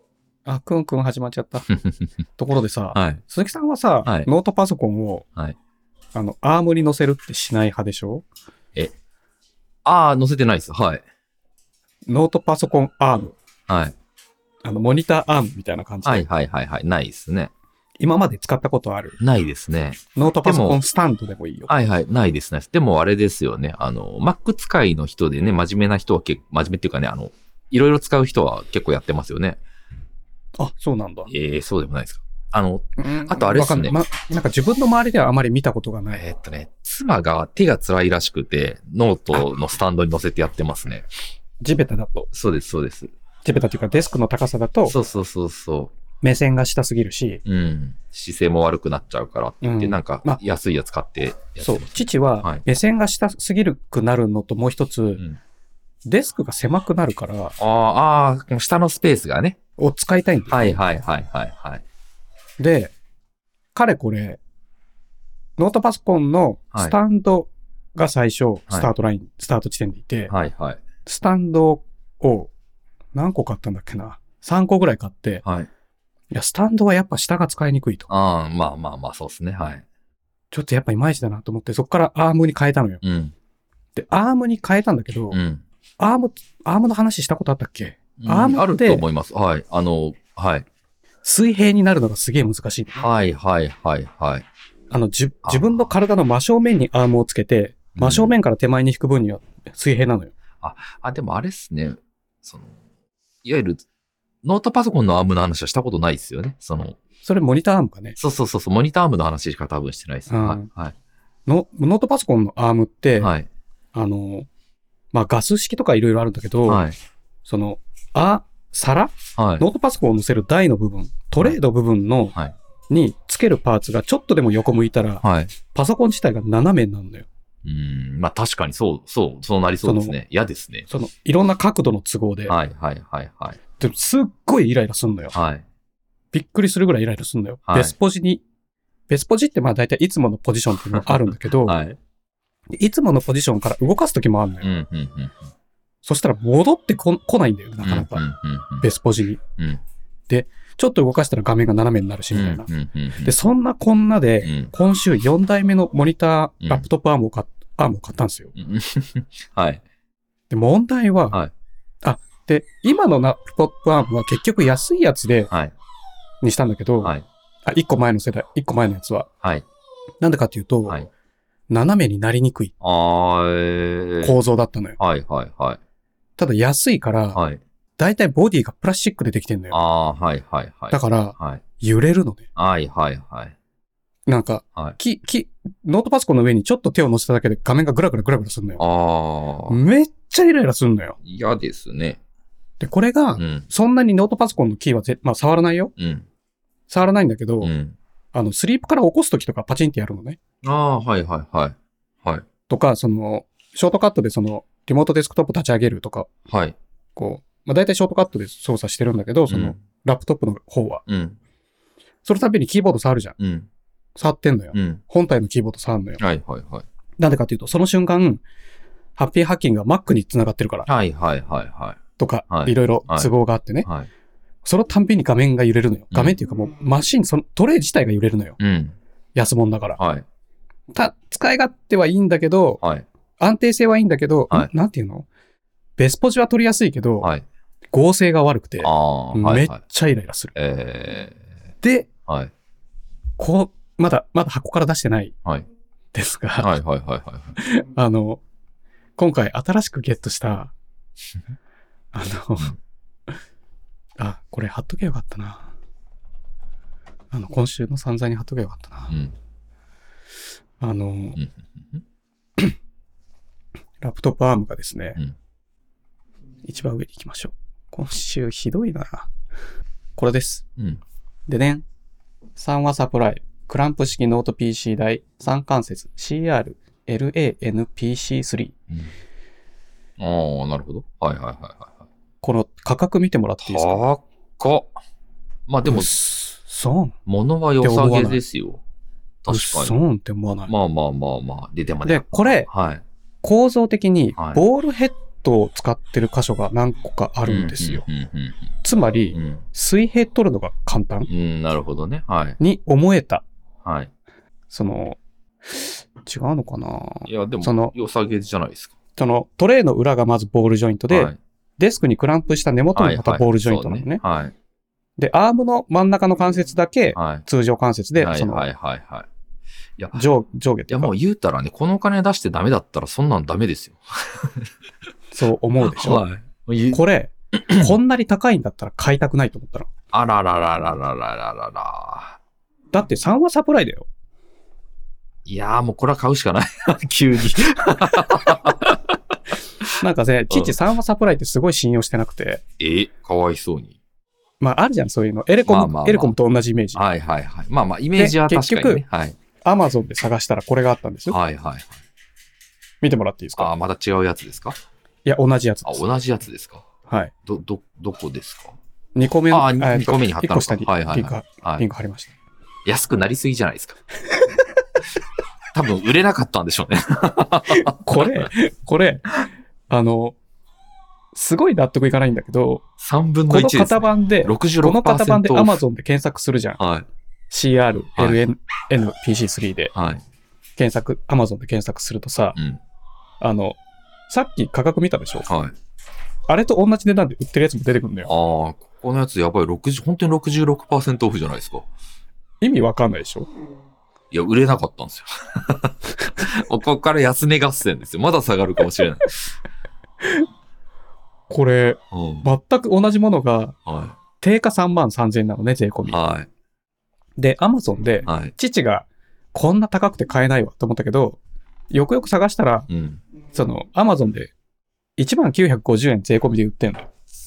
あ、くんくん始まっちゃった。ところでさ、 はい。 鈴木さんはさ、 はいノートパソコンを、 はい。 あの、アームに載せるってしない派でしょ？ ああ、載せてないです。はい。 ノートパソコンアーム。 はい。 あの、モニターアームみたいな感じで。 はいはいはいはい。ないですね。 今まで使ったことある？ ないですね。 ノートパソコンスタンドでもいいよ。 はいはい。ないですね。でもあれですよね。あの、Mac 使いの人でね、真面目な人は結構、真面目っていうかね、あの、いろいろ使う人は結構やってますよね。 あ、そうなんだ。 ええー、そうでもないですか。あの、 うんあとあれっすねわかんない。ま、なんか自分の周りではあまり見たことがない。 えーっとね、妻が手が辛いらしくて、ノートのスタンドに乗せてやってますね。 地べただと。 そうです、そうです。 地べたっていうかデスクの高さだと、 そうそうそうそ目線が下すぎるし、 う。うん。姿勢も悪くなっちゃうからって言って、 うんなんかまあ、 安いやつ買ってやってます。 そう。父ははい、 目線が下すぎるくなるのともう一つ、 うんデスクが狭くなるから、 ああ、ああ、下のスペースがね。 を使いたいんですよ。 はいはいはいはいはい。 で、彼これ、ノートパソコンのスタンドが最初、スタートライン、スタート地点でいて、 はいはい。 スタンドを何個買ったんだっけな ?さん 個ぐらい買って、 はい。 いや、スタンドはやっぱ下が使いにくいと。 ああ、まあまあまあ、そうですね。はい。 ちょっとやっぱいまいちだなと思って、そこからアームに変えたのよ。 うん。 で、アームに変えたんだけど、 うん。 アーム、アームの話したことあったっけ？アームってあると思います。はい。あの、はい。 水平になるのがすげえ難しい。 はいはいはいはい。 あの、じ、自分の体の真正面にアームをつけて、真正面から手前に引く分には水平なのよ。 あ、でもあれっすね。その、いわゆる、ノートパソコンのアームの話はしたことないですよね。その、 それモニターアームかね。 そうそうそうそう、モニターアームの話しか多分してないです。 うんはい。はい。 のノートパソコンのアームって、 はい。 あの、まあ、ガス式とかいろいろあるんだけど、 はい。 その、あ、皿はい。 ノートパソコンを載せる台の部分、トレード部分の、 はい。 につけるパーツがちょっとでも横向いたら、 はい。 パソコン自体が斜めになるのよ。 うーん。まあ確かにそう、そう、そうなりそうですね。嫌ですね。 その、いろんな角度の都合で。 はいはいはいはい。 でもすっごいイライラすんのよ。 はい。 びっくりするぐらいイライラすんのよ。 はいベスポジに、ベスポジってまあ大体いつものポジションっていうのがあるんだけど、 はい。 いつものポジションから動かすときもあるのよ。 うん、うん、うん。 そしたら戻ってこ来ないんだよ、なかなか。 うん、うん、うん。 ベスポジに。 うん。 ちょっと動かしたら画面が斜めになるし、みたいな。 うん、うん、うん。 で、そんなこんなで、 うん今週よんだいめのモニタうんー、ラップトップアームを買っアームを買ったんですよ。 うんはい。 で、問題は、 はいあ、で、今のラップトップアームは結局安いやつで、 はい。 にしたんだけど、 はい。 あ、いっこまえの世代、いっこまえのやつは。 はい。 なんでかっていうと、 はい。 斜めになりにくいあー、えー。 構造だったのよ。 はい、はい、はい。 ただ安いから、 はい。 だいたいボディがプラスチックでできてんのよ。 あー、はい、はい、はい。 だから、 はい。 揺れるのね。 はい、はい、はい。 なんか、 はい。 き、き、ノートパソコンの上にちょっと手を乗せただけで画面がグラグラグラグラするのよ。 あー、 めっちゃイライラするのよ。 嫌ですね。 で、これがう、ん。 そんなにノートパソコンのキーはぜ、まあ触らないよ。 うん。 触らないんだけど、 うん。 あの、スリープから起こすときとかパチンってやるのね。 あー、はい、はい、はい。はい。 とか、その、ショートカットでその、リモートデスクトップ立ち上げるとか、 はい。 こう、まあ大体ショートカットで操作してるんだけど、その、 うんラップトップの方は。 うん。 その度にキーボード触るじゃん。 うん。 触ってんのよ。 うん。 本体のキーボード触るのよ。 はい、はい、はい。 なんでかっていうと、その瞬間、ハッピーハッキングが Mac に繋がってるから、 はい、はい、はい、はい。 とか、 はいいろいろ都合があってね。 はい。 そのたんびに画面が揺れるのよ。画面っていうかもう、マシン、そのトレイ自体が揺れるのよ。 うん。 安物だから。 はい。 た、使い勝手はいいんだけど、 はい。 安定性はいいんだけど、 はいんなんていうのベスポジは取りやすいけど、 はい。 合成が悪くて、 ああ、はい、 めっはい。 ちゃイライラする。 えで、 ー、はい。 こう、まだ、まだ箱から出してないはい。 ですが、 はい、はい、はい、はい。 あの、今回新しくゲットした、あの、あ、これ貼っとけばよかったな。あの、今週の散々に貼っとけばよかったなう。ん。 あの、 うん。 ラップトップアームがですね、 うん一番上に行きましょう。今週ひどいな。これです。 うん。 でね、さんわサプライ、クランプ式ノート ピーシー 台、さん関節 シーアールエルエーエヌピーシースリー。 うん、ああ、なるほど。はい、はい、はい、はい。 この価格見てもらっていいですか？ 高っ。まあでも、 そう物は良さげですよ。確かに。 そうって思わない。 まあまあまあまあ。で、でもね。 で、これ、 はい。 構造的にはいボールヘッドを使ってる箇所が何個かああるんですよ。 うんうんうんうんつまり、 うん。 水平取るのが簡単うん、なるほどね。はい。 に思えた。 はい。 その、違うのかないや、でも、 その良さげじゃないですか。 そのトレイの裏がまずボールジョイントで、 はい、 デスクにクランプした根元にまたボールジョイントなのね。 はいはい、ねはい。 で、アームの真ん中の関節だけ通常関節で、 はい、 その、 はいはいはい。いや、 上、上下とか。 いやもう言うたらね、このお金出してダメだったらそんなんダメですよ。 そう思うでしょ。はい、これ、こんなに高いんだったら買いたくないと思ったの。 あららららららららら。 だってさんはサプライだよ。 いやーもうこれは買うしかない。急に。 なんかね、父さんはサプライってすごい信用してなくて。 え、かわいそうに。 まああるじゃん、そういうの。エレコム、まあまあまあ、エレコムと同じイメージ。 はいはいはい。まあまあイメージは確かに、ね。結局、はい、 アマゾンで探したらこれがあったんですよ。 はいはいはい。 見てもらっていいですか？ ああ、また違うやつですか？ いや、同じやつです。 あ、同じやつですか？ はい。 ど、ど、どこですか？ にこめの、 あ、にこめに貼ったのか。 いっこ下にリンク、はいはいはい、リンク貼りました。 安くなりすぎじゃないですか。多分売れなかったんでしょうね。 これ、これ、あの、すごい納得いかないんだけど、 さんぶんのいちです、ね。 この型番で、 ろくじゅうろくパーセント、 この型番で Amazon で検索するじゃん。 はい。 シーアール、エルエヌ、ピーシースリー で、 はい。 検索、Amazon で検索するとさ、 うん、 あの、さっき価格見たでしょ？ はい。 あれと同じ値段で売ってるやつも出てくるんだよ。 ああ、ここのやつやばい。ろくじゅう、本当に ろくじゅうろくパーセント オフじゃないですか。 意味わかんないでしょ？ いや、売れなかったんですよ。ここから安値合戦ですよ。まだ下がるかもしれない。 これ、 うん、 全く同じものが、 はい、 定価さんまんさんぜんえんなのね、税込み。 はい。 で、Amazon で、はい、父がこんな高くて買えないわと思ったけど、よくよく探したら、 うん、 その Amazon でいちまんきゅうひゃくごじゅうえん税込みで売ってんの。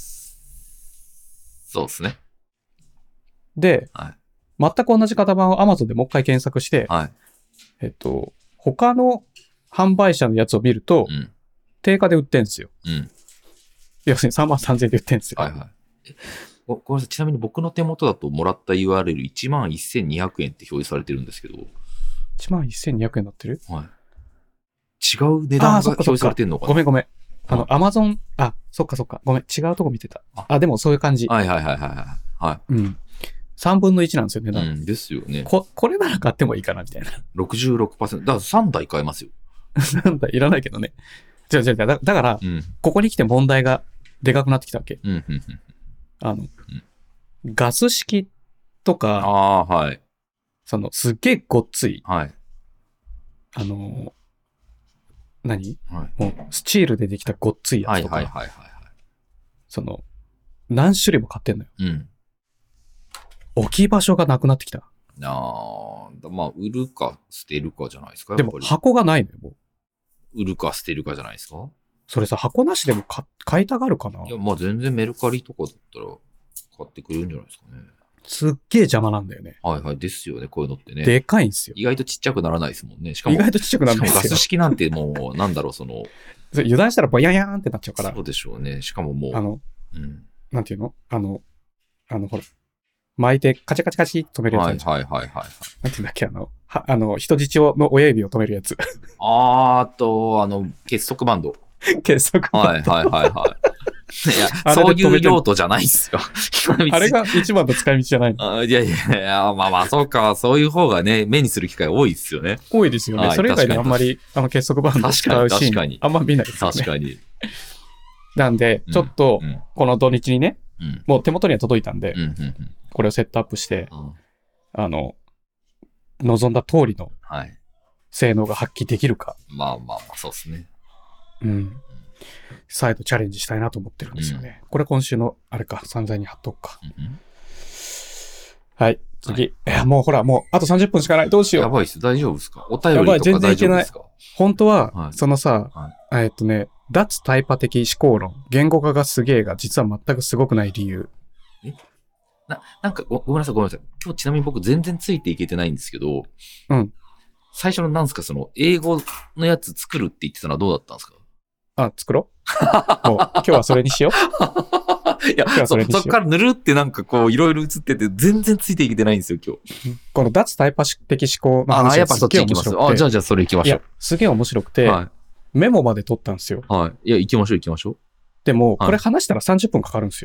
そうですね。 で、 はい、 全く同じ型番を Amazon でもう一回検索して、 はい、 えっと、他の販売者のやつを見ると、 うん、 定価で売ってんすよ。 うん、 要するにさんまんさんぜんえんで売ってんすよ。 はいはい。ごめんなさい。ちなみに僕の手元だともらった ユーアールエルいちまんせんにひゃくえんって表示されてるんですけど。いちまんせんにひゃくえんになってる？ はい。違う値段が表示されてるのかな？ ごめんごめん。あの、Amazon、あ、そっかそっか。ごめん。違うとこ見てた。あ、あでもそういう感じ。 はいはいはいはい。はい。 うん。さんぶんのいちなんですよね。 うん、ですよね。 こ、これなら買ってもいいかなみたいな。 ろくじゅうろくパーセント。だからさんだい買えますよ。 さんだいいらないけどね。じゃあじゃあだ、だから、うん、ここに来て問題がでかくなってきたわけ。 うんうんうん、 あの、うん、ガス式とか、 あー、はい。 その、すっげえごっつい。 はい。 あの、何、 はい、 もう、スチールでできたごっついやつとか。 はいはいはいはい、はい。 その、何種類も買ってんのよ。 うん。 置き場所がなくなってきた。 ああ、まあ、売るか捨てるかじゃないですか。 でも、箱がないのよ、もう。売るか捨てるかじゃないですか。 それさ、箱なしでも買、買いたがるかな？ いや、まあ全然メルカリとかだったら買ってくれるんじゃないですかね。 すっげえ邪魔なんだよね。 はいはい。ですよね、こういうのってね。 でかいんですよ。 意外とちっちゃくならないですもんね。しかも。 意外とちっちゃくならないですよ。 しかもガス式なんてもう、なんだろう、その。 油断したらボヤヤーンってなっちゃうから。 そうでしょうね。しかももう。 あの、 うん、 なんていうのあの、あの、ほら。巻いてカチャカチャカチッと止めるやつ。 はいはいはいはい、はい。 なんていうんだっけ、あの、はあの、人質をの親指を止めるやつ。 あーと、あの、結束バンド。 結束バンド。 はいはいはいはい。いや、そういう用途じゃないっすよ。 あれが一番の使い道じゃないの？ あいやいやいや、まあまあ、そうか。そういう方がね、目にする機会多いっすよね。 多いですよね。はい、それ以外にあんまり、あの、結束バンド使うシーン、あんま見ないですよね。 確かに。 なんで、ちょっと、この土日にね、うん、もう手元には届いたんで、 うんうんうん、 これをセットアップして、 うん、 あの、望んだ通りの性能が発揮できるか。 はい、まあまあまあ、そうですね。 うん。再度チャレンジしたいなと思ってるんですよね。うん、これ今週の、あれか、散々に貼っとくか。うんうん、はい、次。はい、いや、もうほら、もうあとさんじゅっぷんしかない。どうしよう。 やばいっす。大丈夫ですか？お便りとか大丈夫ですか？やばい、全然いけない。 本当は、はい、そのさ、はい、えっとね、脱タイパ的思考論、言語化がすげえが、実は全くすごくない理由。 えな、なんかご、ごめんなさい、ごめんなさい。今日ちなみに僕全然ついていけてないんですけど、 うん。 最初のなんですか、その、英語のやつ作るって言ってたのはどうだったんですか？ あ、作ろう。もう、今日はそれにしよう。 いや、今日はそれにしよう。そっからぬるってなんかこう、いろいろ映ってて、全然ついていけてないんですよ、今日。 この脱タイパ的思考の話がすげえ面白くて。 あ、じゃあじゃあそれ行きましょう。いや、 すげえ面白くて、はい、メモまで取ったんですよ。 はい。いや、行きましょう行きましょう。 でも、これ話したらさんじゅっぷんかかるんですよ。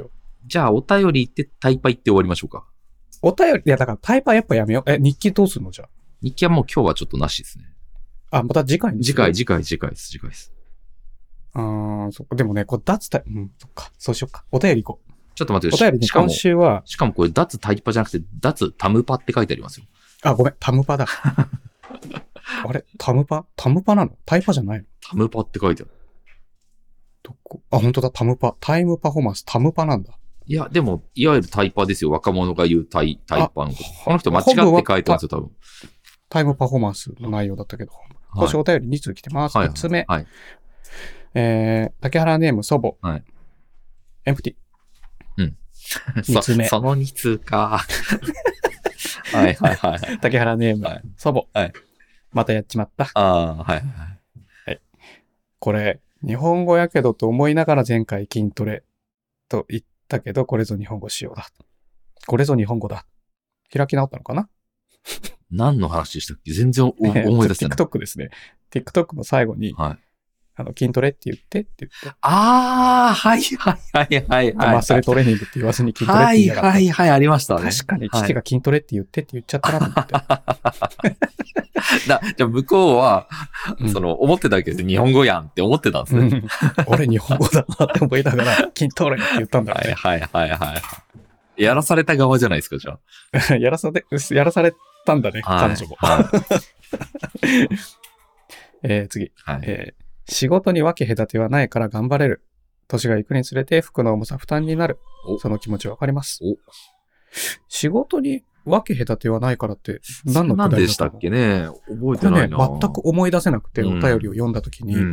じゃあ、お便り行ってタイパ行って終わりましょうか。 お便り、いやだからタイパーやっぱやめよう。え、日記どうすんのじゃ日記はもう今日はちょっとなしですね。 あ。あ、また次回にする次回、次回、次回です、次回です。 あー、そっか。でもね、これ脱タイ、うん、そっか。そうしようか。お便り行こう。 ちょっと待ってお便りね、 しかも今週は、 しかもこれ、脱タイパじゃなくて、脱タムパって書いてありますよ。 あ、ごめん、タムパだ。あれタムパタムパなのタイパじゃないのタムパって書いてある。 どこあ、本当だ、タムパ。タイムパフォーマンス、タムパなんだ。 いや、でも、いわゆるタイパですよ。若者が言うタイ、タイパのこと。この人間違って書いてますよ、多分。 タイムパフォーマンスの内容だったけど。今週お便りに通来てます。 はい、 みっつめ。 はい。 えー、竹原ネーム祖母。 はい。 エンプティ。 うん。 みっつめ。 そ, そのに通か。はいはいはい。 竹原ネーム、はい、祖母。 はい。 またやっちまった。 ああ、はいはい。 はい。これ、日本語やけどと思いながら前回筋トレと言ったけど、これぞ日本語仕様だ。これぞ日本語だ。開き直ったのかな何の話でしたっけ全然思い出せない。 TikTok ですね。TikTok の最後に、はい、あの筋トレって言ってって言って。 ああ、はいはいはいはい、はい。 マッスルトレーニングって言わずに筋トレって言いやがった。 はいはいはい、ありましたね。 確かに父が筋トレって言ってって言っちゃったなと思って。 だじゃあ向こうは、うん、その思ってたわけです日本語やんって思ってたんですね。うん、 俺日本語だなって思いながら筋トレって言ったんだよね。 はいはいはいはい。やらされた側じゃないですか、じゃあ。やらされ、やらされたんだね、はい、彼女も。はいえー、次、はいえー。仕事に分け隔てはないから頑張れる。年が行くにつれて服の重さ負担になる。その気持ちわかります。仕事に分け隔てはないからって何のくだりだったの？ 何でしたっけね覚えてないな。 これね、全く思い出せなくて、お便りを読んだときに、うんうん、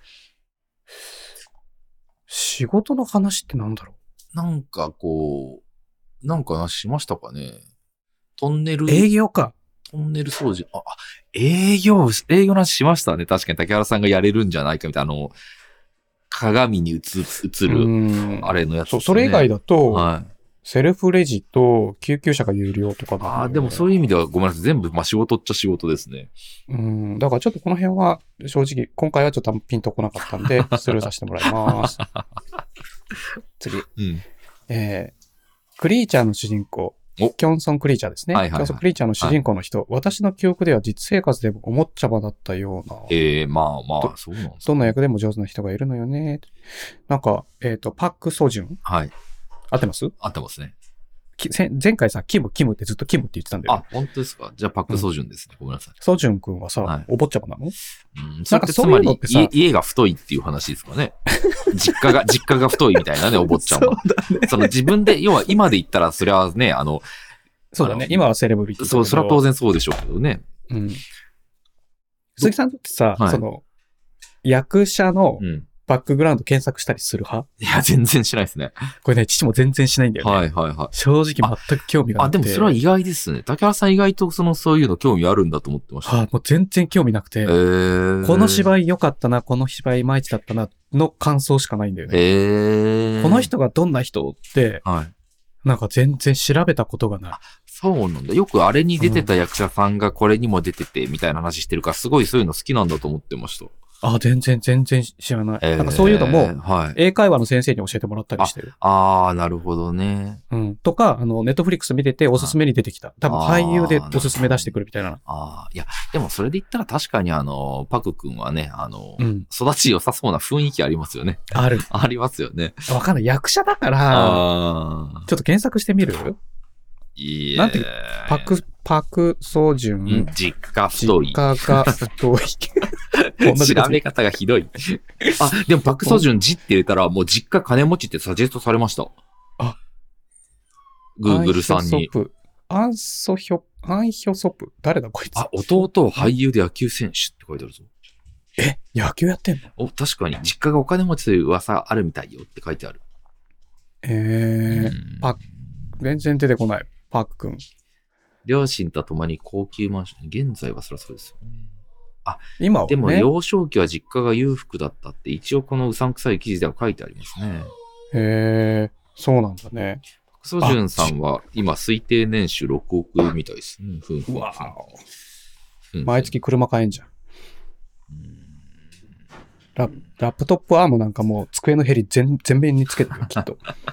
仕事の話ってなんだろうなんかこう、なんかしましたかねトンネル。 営業か。 トンネル掃除。あ、営業、営業の話しましたね。確かに竹原さんがやれるんじゃないかみたいな、あの、鏡に映、映る、あれのやつですね。 それ以外だと、はい、セルフレジと救急車が有料とかだ、ね。 ああ、でもそういう意味ではごめんなさい。全部、まあ仕事っちゃ仕事ですね。 うん。だからちょっとこの辺は、正直、今回はちょっとピンとこなかったんで、スルーさせてもらいます。次。うん、えー、クリーチャーの主人公。キョンソン・クリーチャーですね。はいはいはい、キョンソン・クリーチャーの主人公の人、はい、私の記憶では実生活でもおもちゃまだったような。 ええー、まあまあ、そうなんですね。 どんな役でも上手な人がいるのよね。なんか、えっ、ー、と、パク・ソジュン。 はい。 合ってます？ 合ってますね。 前回さ、キム、キムってずっとキムって言ってたんだよ、ね。 あ、本当ですか？じゃあパク・ソジュンですね。うん、ごめんなさい。 ソジュン君はさ、はい、お坊ちゃまなの？うん。 なんかそういうのってさ、家が太いっていう話ですかね。実家が、実家が太いみたいなね、お坊ちゃんは。そうだね。その自分で、要は今で言ったら、それはね、あの、 そうだね。今はセレブリティ。 そう、それは当然そうでしょうけどね。 うん。鈴木さんってさ、はい、その、役者のバックグラウンド検索したりする派？ いや、全然しないですね。 これね、父も全然しないんだよね。はいはいはい。正直全く興味がなくて。 あ、でもそれは意外ですね。竹原さん意外とその、そういうの興味あるんだと思ってました。 はあ、もう全然興味なくて。えー、この芝居良かったな、この芝居いまいちだったな、の感想しかないんだよね。えー、この人がどんな人って、はい。なんか全然調べたことがない。あ、 そうなんだ。よくあれに出てた役者さんがこれにも出ててみたいな話してるから、すごいそういうの好きなんだと思ってました。 あ、全然全然知らない。えー、なんかそういうのも、はい、英会話の先生に教えてもらったりしてる。 ああ、なるほどね。 うん。とか、あの、ネットフリックス見てておすすめに出てきた。多分俳優でおすすめ出してくるみたいな。 ああ、いや、でもそれで言ったら確かにあの、パク君はね、あの、うん、育ち良さそうな雰囲気ありますよね。 ある。 ありますよね。 わかんない。役者だから、ちょっと検索してみる？ いいなんて、パク、パクソジュン。 実家太い。 実家が太い。 調べ方がひどい。あ、でもパクソジュンジって入れたら、もう実家金持ちってサジェストされました。あ、Google さんに。 アンソヒョ、アンヒョソプ。誰だこいつ。 あ、弟俳優で野球選手って書いてあるぞ。 え、野球やってんの？ お、確かに。実家がお金持ちという噂あるみたいよって書いてある。 えー、パ全然出てこない。パーク君。 両親と共に高級マンション。現在はそりゃそうですよね。あ、 今はね、 でも幼少期は実家が裕福だったって一応このうさんくさい記事では書いてありますね。 へえ、そうなんだね。 パクソジュンさんは今推定年収ろくおくみたいですね。ふんふんふんうわー、毎月車買えんじゃん。ラ, ラップトップアームなんかもう机のヘリ全全面につけてるよ、きっと。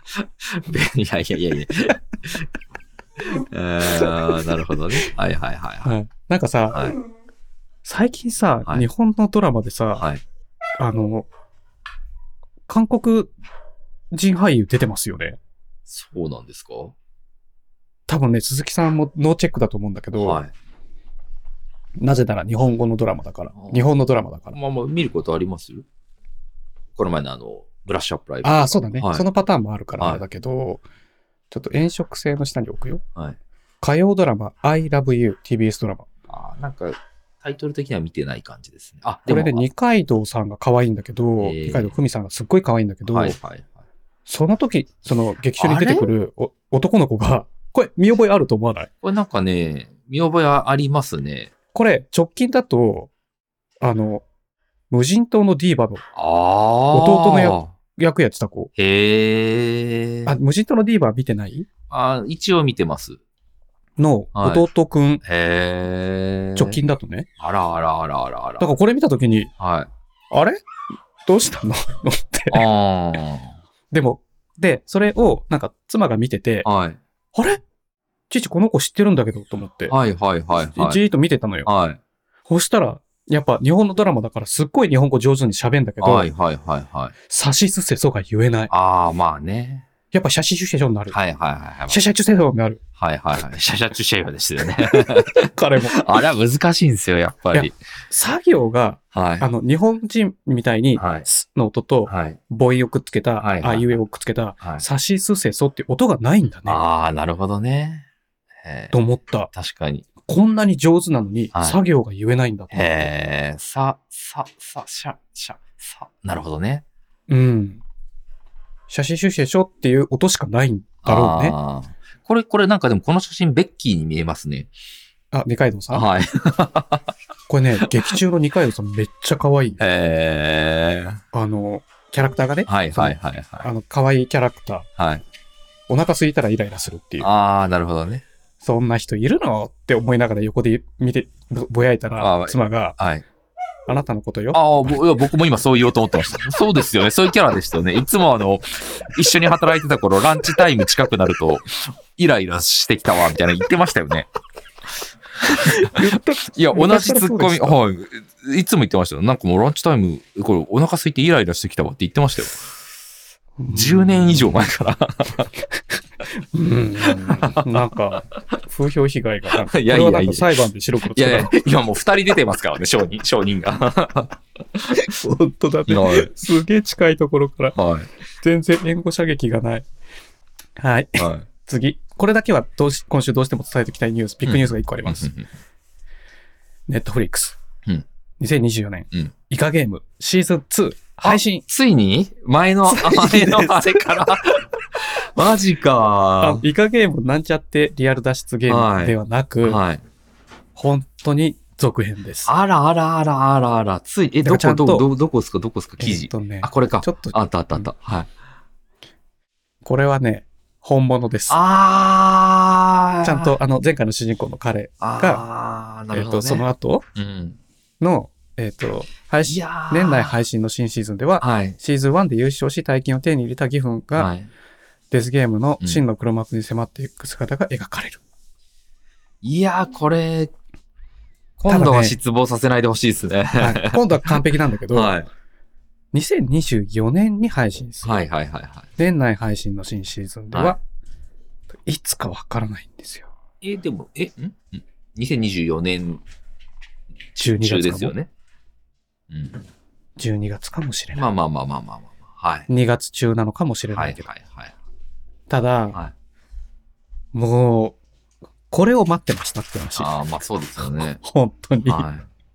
いやいやいやいや。えー、なるほどね。はいはいはいはい。 はい。なんかさ、 はい、 最近さ、 はい、 日本のドラマでさ、 はい、 あの、韓国人俳優出てますよね。 そうなんですか？ 多分ね、鈴木さんもノーチェックだと思うんだけど、 はい。 なぜなら日本語のドラマだから。日本のドラマだから。 まあまあ、見ることありますよ。この前のあの、ブラッシュアップライブ。 ああ、そうだね、 はい。 そのパターンもあるからあれだけど、はい、ちょっと炎色性の下に置くよ。 はい。 火曜ドラマ、I love you、ティービーエス ドラマ。 ああ、なんか、タイトル的には見てない感じですね。あ、 これで二階堂さんが可愛いんだけど、えー、二階堂ふみさんがすっごい可愛いんだけど、はいはいはい、その時、その劇中に出てくる男の子が、これ見覚えあると思わない？ これなんかね、見覚えありますね。 これ、直近だと、あの、無人島のディーバの弟のや役やってた子。 へー。 あ、無人島のディーバー見てない？ あ、一応見てます。 の弟くん。はい、 へー。 直近だとね。 あらあらあらあらあら。 だからこれ見たときに、 はい。 あれどうしたのって。 あでも、で、それをなんか妻が見てて、 はい。 あれ父この子知ってるんだけどと思って。 はいはいはい、はい。 じーっと見てたのよ。 はい。 そしたら、やっぱ日本のドラマだからすっごい日本語上手に喋んだけど、 はいはいはいはい。 さしすせそが言えない。 ああ、まあね。 やっぱシャシシュシェションになる。 はいはいはい。 シャシャチュセヨになる。 はいはいはい。シャシャチュシェヨですよね。 彼も。 あれは難しいんですよ、やっぱり。 作業が、はい、あの、日本人みたいに、はい、スの音と、母音をくっつけた、はい、あいうえをくっつけた、さしすせそって音がないんだね。 ああ、なるほどね。 と思った。 確かに。 こんなに上手なのに、はい、作業が言えないんだと。 へえ、さ、さ、さ、しゃ、しゃ、さ。なるほどね。 うん。シャシシュシェショっていう音しかないんだろうね。 あこれ、これなんかでもこの写真ベッキーに見えますね。 あ、二階堂さん？ はい。 これね、劇中の二階堂さんめっちゃ可愛い。 へー。 あの、キャラクターがね。 はいはいはい、はい。 あの、可愛いキャラクター。はい。 お腹空いたらイライラするっていう。 ああ、なるほどね。 そんな人いるのって思いながら横で見て、ぼ、ぼやいたら、妻が、 はい。 あなたのことよ。 ああ、僕も今そう言おうと思ってました。そうですよね。そういうキャラでしたよね。いつもあの、一緒に働いてた頃、ランチタイム近くなると、イライラしてきたわ、みたいな言ってましたよね。いや、同じツッコミ、はい。いつも言ってましたよ。なんかもうランチタイム、これお腹空いてイライラしてきたわって言ってましたよ。じゅうねん以上前から。 うん、なんか、風評被害が。 いやいやいや。これはなんか裁判で白黒つけた。 いやいや、今もう二人出てますからね、証人、証人が。 本当だね。すげえ近いところから。 はい。 全然援護射撃がない。はい。はい、次。これだけはどうし、今週どうしても伝えておきたいニュース、ビッグニュースがいっこあります。ネットフリックス。 うん。 にせんにじゅうよねん。 うん。 イカゲームシーズンツー配信。 ついに前の、前のあれから。マジか。 イカゲームなんちゃってリアル脱出ゲームではなく、 はい。 本当に続編です。 あらあらあらあらあら。つい、え、どこ、どこ、どこですかどこですか記事。 えっとね、 あ、これか。 ちょっと。 あったあったあった。はい。 これはね、本物です。 あー。 ちゃんと、あの、前回の主人公の彼が、 あー、なるほど、ね。 えっと、その後の、うん、えっと、配信、年内配信の新シーズンでは、 はい、 シーズンワンで優勝し大金を手に入れたギフンが、はい、デスゲームの真の黒幕に迫っていく姿が描かれる。 うん、いやー、これ、今度は失望させないでほしいですね。 はい、今度は完璧なんだけど、 はい、 にせんにじゅうよねんに配信する。 はいはいはいはい。 年内配信の新シーズンでは、はい、いつかわからないんですよ。 え、でも、え、ん ?にせんにじゅうよねんじゅうにがつですよね。 うん。じゅうにがつかもしれない。 まあまあまあまあまあまあ。はい。 にがつ中なのかもしれないけど。 はいはいはい。 ただ、 はい、 もう、これを待ってましたって話。 ああ、まあそうですよね。 本当に。 はい、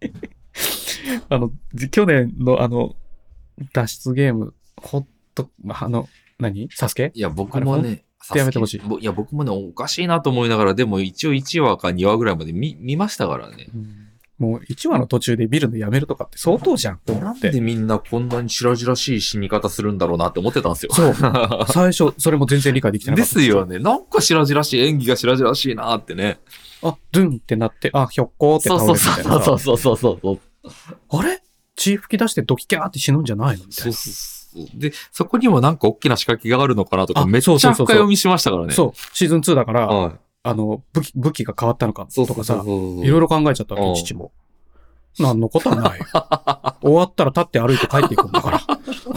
あの、去年のあの、脱出ゲーム、ほっと、あの、何サスケいや、僕もね、 やめてほしい。 いや、僕もね、おかしいなと思いながら、でも一応いちわかにわぐらいまで見、見ましたからね。 うん、もういちわの途中で見るのやめるとかって相当じゃん。 なんでみんなこんなに白々しい死に方するんだろうなって思ってたんですよ。 そう。最初、それも全然理解できてなかった。 ですよね。なんか白々しい、演技が白々しいなってね。 あ、ドゥンってなって、あ、ひょっこーって倒れるみたいな。 そうそうそうそうそうそう。 あれ血吹き出してドキキャーって死ぬんじゃないのみたいな。 そうで、そこにもなんか大きな仕掛けがあるのかなとか、めっちゃ深読みしましたからね。 そう、シーズンツーだから、 はい、 あの、武器、武器が変わったのかとかさ、 そうそうそうそう、 いろいろ考えちゃったわけ、父も。なんのことはないよ。終わったら立って歩いて帰っていくんだから。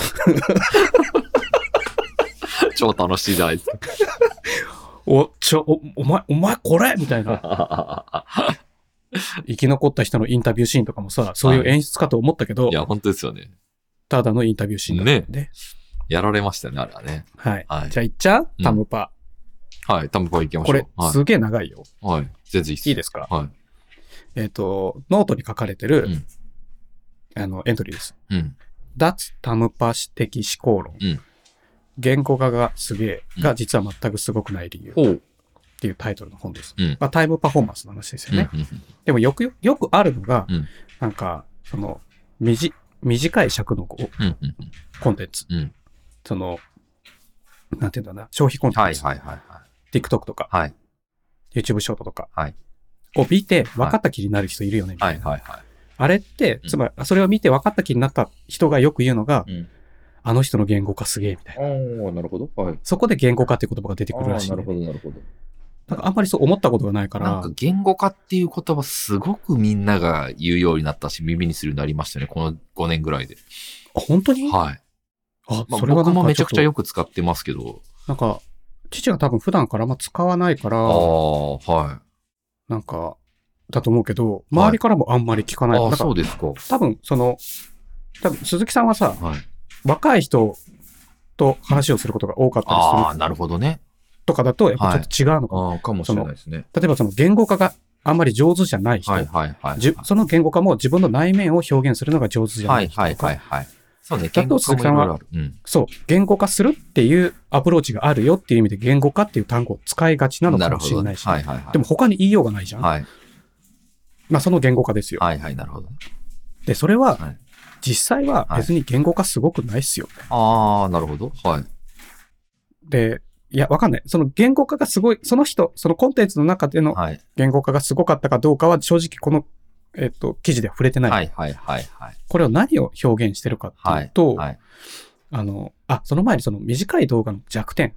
超楽しいじゃないですか。 お、ちょ、お、お前、お前これみたいな。生き残った人のインタビューシーンとかもさ、そういう演出かと思ったけど。 いや、本当ですよね。 ただのインタビューシーンだったんで。 ね。やられましたね、あれはね。 はい。はい、じゃあ行っちゃう、タムパ。 はい、タムパ行きましょう。 これ、はい、すげえ長いよ。 はい。全然いいっす。 いいですか？ はい。 えっと、ノートに書かれてる、 うん、 あの、エントリーです。 うん。 脱タムパ史的思考論。 うん、 言語化がすげえが実は全くすごくない理由。 うん、 っていうタイトルの本です。 うん、 まあ、タイムパフォーマンスの話ですよね。 うんうんうん、 でもよくよくあるのが、 うん、 なんか、その、みじ、短い尺のコンテンツ。 うん、 その、なんていうんだな、消費コンテンツ。 はいはいはいはい。 TikTok とか、 はい、 YouTube ショートとか、 はい、 を見て分かった気になる人いるよね、みたいな。 はいはいはい。 あれって、つまり、それを見て分かった気になった人がよく言うのが、 うん、 あの人の言語化すげえ、みたいな。 ああ、なるほど。はい。 そこで言語化っていう言葉が出てくるらしい、ね。 なるほど、なるほど。 なんかあんまりそう思ったことがないから。 なんか言語化っていう言葉すごくみんなが言うようになったし、耳にするようになりましたね。このごねんぐらいで。 あ、本当に？ はい。 あ、 まあ、それは僕もめちゃくちゃよく使ってますけど。 なんか、父が多分普段からあんま使わないから。ああ、はい。 なんか、だと思うけど、周りからもあんまり聞かない。 はい、あ、そうですか。 多分、その、多分鈴木さんはさ、 はい、 若い人と話をすることが多かったりする。 ああ、なるほどね。 とかだと、やっぱちょっと違うのかな。 はい、ああ、かもしれないですね。 例えばその言語化があんまり上手じゃない人。 はいはいはい、 じその言語化も自分の内面を表現するのが上手じゃない人とか。はいはいはい、はい。 そうね、 だと鈴木さんは、うん、そう、言語化するっていうアプローチがあるよっていう意味で言語化っていう単語を使いがちなのかもしれないし、ね、はいはいはい、でも他に言いようがないじゃん。はい、まあその言語化ですよ。 はいはい、なるほど。 で、それは、はい、実際は別に言語化すごくないっすよ、ね。はい、 ああ、なるほど。はい。 で、いや、わかんない。その言語化がすごい、その人、そのコンテンツの中での言語化がすごかったかどうかは正直この、えっと、記事では触れてない。はいはいはいはい。これを何を表現してるかっていうと、はいはい、あの、あ、その前にその短い動画の弱点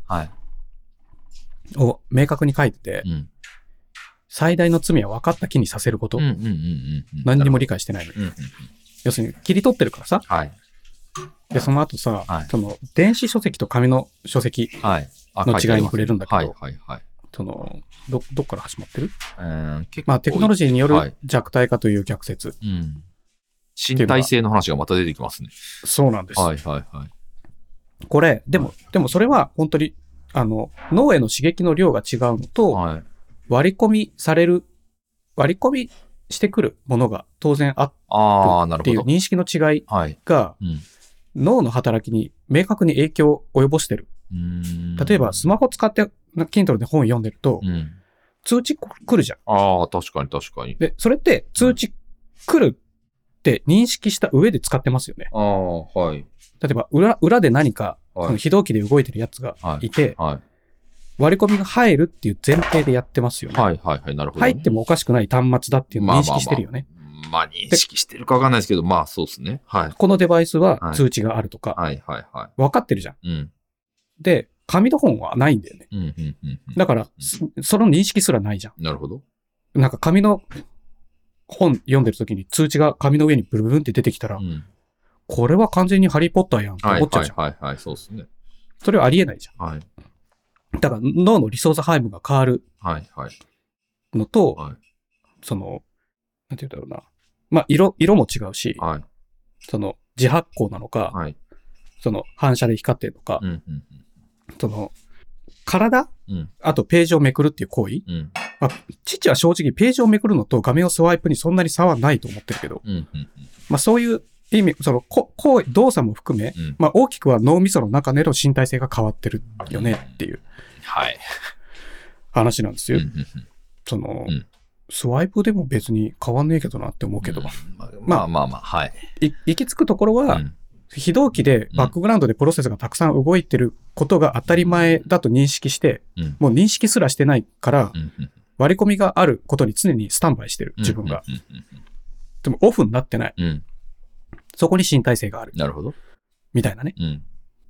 を明確に書いてて、うん、最大の罪は分かった気にさせること。何にも理解してないのに。うんうんうん、要するに切り取ってるからさ。はい、で、その後さ、はい、その電子書籍と紙の書籍の違いに触れるんだけど、はいはいはい、そのど、どっから始まってる？えー、結構まあ、テクノロジーによる弱体化という逆説。はい、うん、 身体性の話がまた出てきますね。 そうなんです。 はいはいはい。 これ、でも、はい、でもそれは本当に、あの、脳への刺激の量が違うのと、はい、割り込みされる、割り込みしてくるものが当然あるっていう認識の違いが、はい、うん、脳の働きに明確に影響を及ぼしてる。うーん、例えばスマホ使って Kindle で本読んでると、うん、通知来るじゃん。 ああ、確かに確かに。 で、それって通知来るって認識した上で使ってますよね。 ああ、はい。 例えば裏、裏で何か、はい、その非同期で動いてるやつがいて、はいはい、割り込みが入るっていう前提でやってますよね。 はいはいはい、なるほど、ね。 入ってもおかしくない端末だっていうのを認識してるよね。 まあまあまあ、まあ、認識してるかわかんないですけど、まあそうですね。はい。 このデバイスは通知があるとか、はいはいはい、分かってるじゃん。うん、で、紙の本はないんだよね。うんうんうんうん、だから、うん、その認識すらないじゃん。 なるほど。 なんか紙の本読んでる時に通知が紙の上にブルブルンって出てきたら、うん、これは完全にハリーポッターやんって思っちゃうじゃん。 はいはいはい、はい、そうですね。 それはありえないじゃん。はい。だから脳のリソース配分が変わるのと、はいはい、その、なんて言うんだろうな。まあ、色、色も違うし、はい、その、自発光なのか、はい、その、反射で光ってるのか、うんうんうん、その、体、うん、あとページをめくるっていう行為、うんまあ、父は正直ページをめくるのと画面をスワイプにそんなに差はないと思ってるけど、うんうんうんまあ、そういう意味、その、こ行為、動作も含め、うん、まあ、大きくは脳みその中での身体性が変わってるよねっていう、 はい。 話なんですよ。うんうんうん、その、うん、スワイプでも別に変わんねえけどなって思うけど。うん、 まあまあまあ、はい。 い行き着くところは、うん、非同期でバックグラウンドでプロセスがたくさん動いてることが当たり前だと認識して、うん、もう認識すらしてないから、うんうん、割り込みがあることに常にスタンバイしてる、自分が。うんうんうんうん、でもオフになってない。うん、そこに身体性がある。 なるほど。 みたいなね。 うん、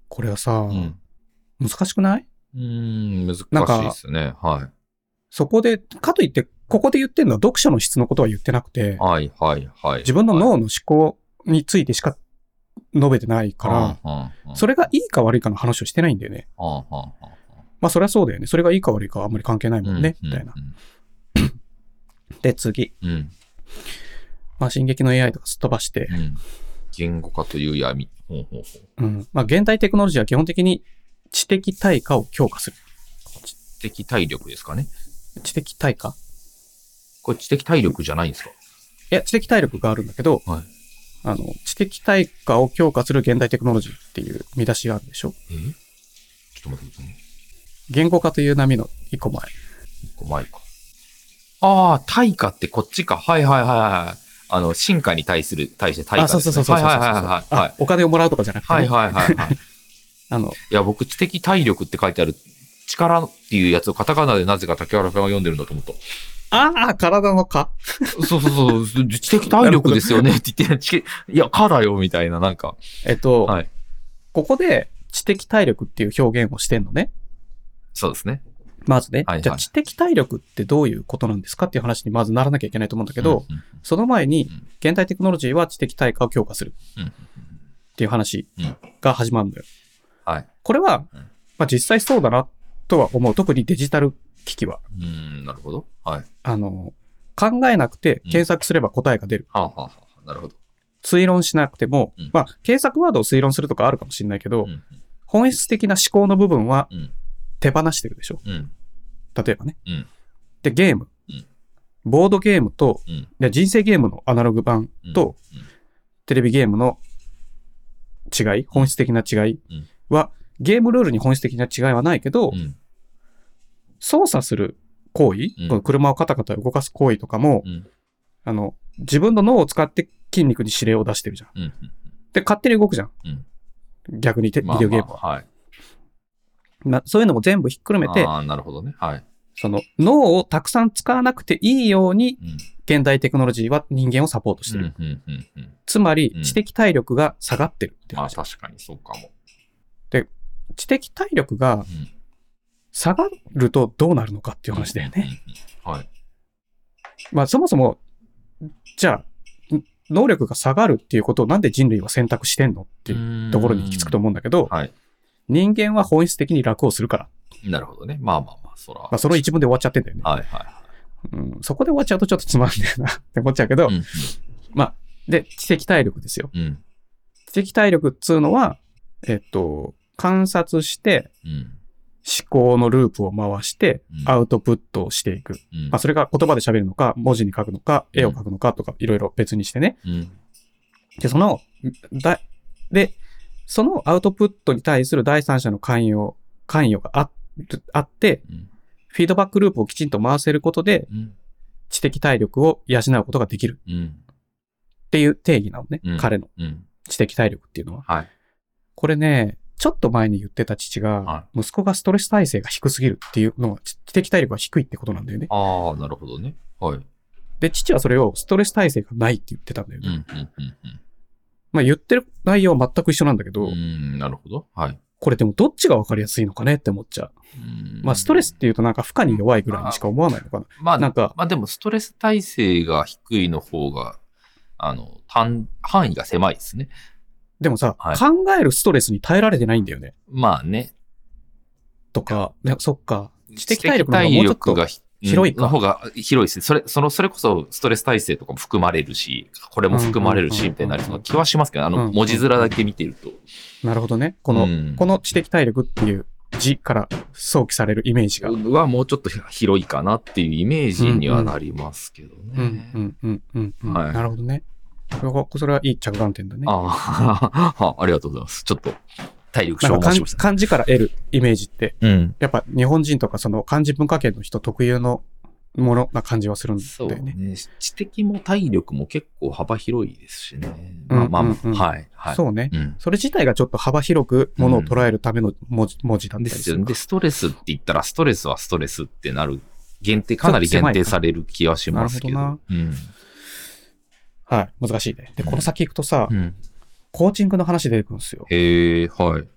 これはさ、 うん。 難しくない？ うーん、難しいですね。はい。 そこで、かといって、ここで言ってるのは読書の質のことは言ってなくて、 はいはいはい。 自分の脳の思考についてしか述べてないから、 はあはあ、 それがいいか悪いかの話をしてないんだよね。 はあはあ、 まあそれはそうだよね。それがいいか悪いかはあんまり関係ないもんね、 うん、 みたいな。 うん、 で、次。 うん。 まあ進撃の エーアイ とかすっ飛ばして、 うん、言語化という闇。ほうほうほう。 うん。まあ現代テクノロジーは基本的に知的対価を強化する。 知的体力ですかね。 知的対価？ これ知的体力じゃないんですか？ いや、知的体力があるんだけど、 はい。 あの、知的対価を強化する現代テクノロジーっていう見出しがあるでしょ？ えちょっと待ってくださいね。 言語化という波の一個前。 一個前か。ああ、対価ってこっちか。はいはいはいはい。あの、進化に対する、対して対価です、ね。 あ、そうそうそうそうそう。 はいはいはいはい、はい。 お金をもらうとかじゃなくて、ね。 はいはいはいはい。 あの、 いや、僕、知的体力って書いてある力っていうやつをカタカナでなぜか竹原さんが読んでるんだと思った。 ああ、体の蚊。 そうそうそう、知的体力ですよねって言って、いや、蚊だよみたいな、なんか。 えっと、 はい、 ここで知的体力っていう表現をしてんのね。 そうですね。 まずね、 はいはい、 じゃあ知的体力ってどういうことなんですかっていう話にまずならなきゃいけないと思うんだけど、うんうん、その前に、現代テクノロジーは知的対価を強化するっていう話が始まるんだよ。 うん、はい。 これは、まあ、実際そうだなとは思う。特にデジタル機器は。 うん、なるほど。はい。 あの、考えなくて検索すれば答えが出る。 うん、はあはあ、なるほど。 推論しなくても、うん、まあ、検索ワードを推論するとかあるかもしれないけど、うんうん、本質的な思考の部分は手放してるでしょ。うん、例えばね、うん。で、ゲーム。うん、ボードゲームと、うん、で人生ゲームのアナログ版と、うんうん、テレビゲームの違い、本質的な違いは、うん、ゲームルールに本質的な違いはないけど、うん、操作する行為、うん、この車をカタカタ動かす行為とかも、うん、あの、自分の脳を使って筋肉に指令を出してるじゃん。うんうん、で、勝手に動くじゃん。うん、逆にビデオゲームは。まあまあ、はい。まあ、そういうのも全部ひっくるめて、 ああ、なるほどね。はい。 その脳をたくさん使わなくていいように、うん、現代テクノロジーは人間をサポートしてる。うんうんうんうん、つまり、知的体力が下がってるって話。 まあ確かにそうかも。 で、知的体力が下がるとどうなるのかっていう話だよね。 うんうんうん、はい。 まあそもそも、じゃあ、能力が下がるっていうことをなんで人類は選択してんのっていうところに行き着くと思うんだけど、はい、人間は本質的に楽をするから。 なるほどね。まあまあまあ、そら。 まあその一文で終わっちゃってんだよね。 はいはい。 うん、そこで終わっちゃうとちょっとつまんねえなって思っちゃうけど、うんうん、まあ、で、知的体力ですよ。うん、知的体力っつうのは、えっと、観察して、うん、思考のループを回して、アウトプットをしていく。うん、まあ、それが言葉で喋るのか、文字に書くのか、絵を描くのかとか、いろいろ別にしてね。うん、で、その、だ、で、そのアウトプットに対する第三者の関与、関与が あ, あって、うん、フィードバックループをきちんと回せることで、うん、知的体力を養うことができる。うん、っていう定義なのね、うん、彼の、うん。知的体力っていうのは。はい、これね、ちょっと前に言ってた父が、はい、息子がストレス耐性が低すぎるっていうのは、知的体力が低いってことなんだよね。 ああ、なるほどね。はい。 で、父はそれをストレス耐性がないって言ってたんだよね。うんうんうんうん、まあ言ってる内容は全く一緒なんだけど、 うん、なるほど。はい。 これでもどっちが分かりやすいのかねって思っちゃう。うん、まあストレスっていうとなんか負荷に弱いぐらいにしか思わないのかな。 まあ、 なんか、 まあでもストレス耐性が低いの方が、あの、範囲が狭いですね。 でもさ、はい、考えるストレスに耐えられてないんだよね。 まあね。 とか、ね、そっか。知的体力の方がもうちょっと広いか。 の方が広いですね。それ、その、それこそストレス耐性とかも含まれるし、これも含まれるし、みたいになりそうな気はしますけど、あの、文字面だけ見てると。 なるほどね。この、うん、この知的体力っていう字から想起されるイメージが。 はもうちょっと広いかなっていうイメージにはなりますけどね。 うんうんうんうんうん、はい。なるほどね。それはいい着眼点だね。 ああ、ありがとうございます。ちょっと体力消耗しました。 漢字から得るイメージって、うん、やっぱ日本人とかその漢字文化圏の人特有のものな感じはするんだよね。 そうね。知的も体力も結構幅広いですしね。まあまあ、うんうんうん、はい、はい。 そうね、うん。それ自体がちょっと幅広くものを捉えるための文字、うん、文字だったりする。ですよね。 で、ストレスって言ったらストレスはストレスってなる限定、かなり限定される気はしますけど。なるほどな。うん、 はい。難しいね。で、この先行くとさ、うん、コーチングの話出てくるんですよ。 へえ、はい。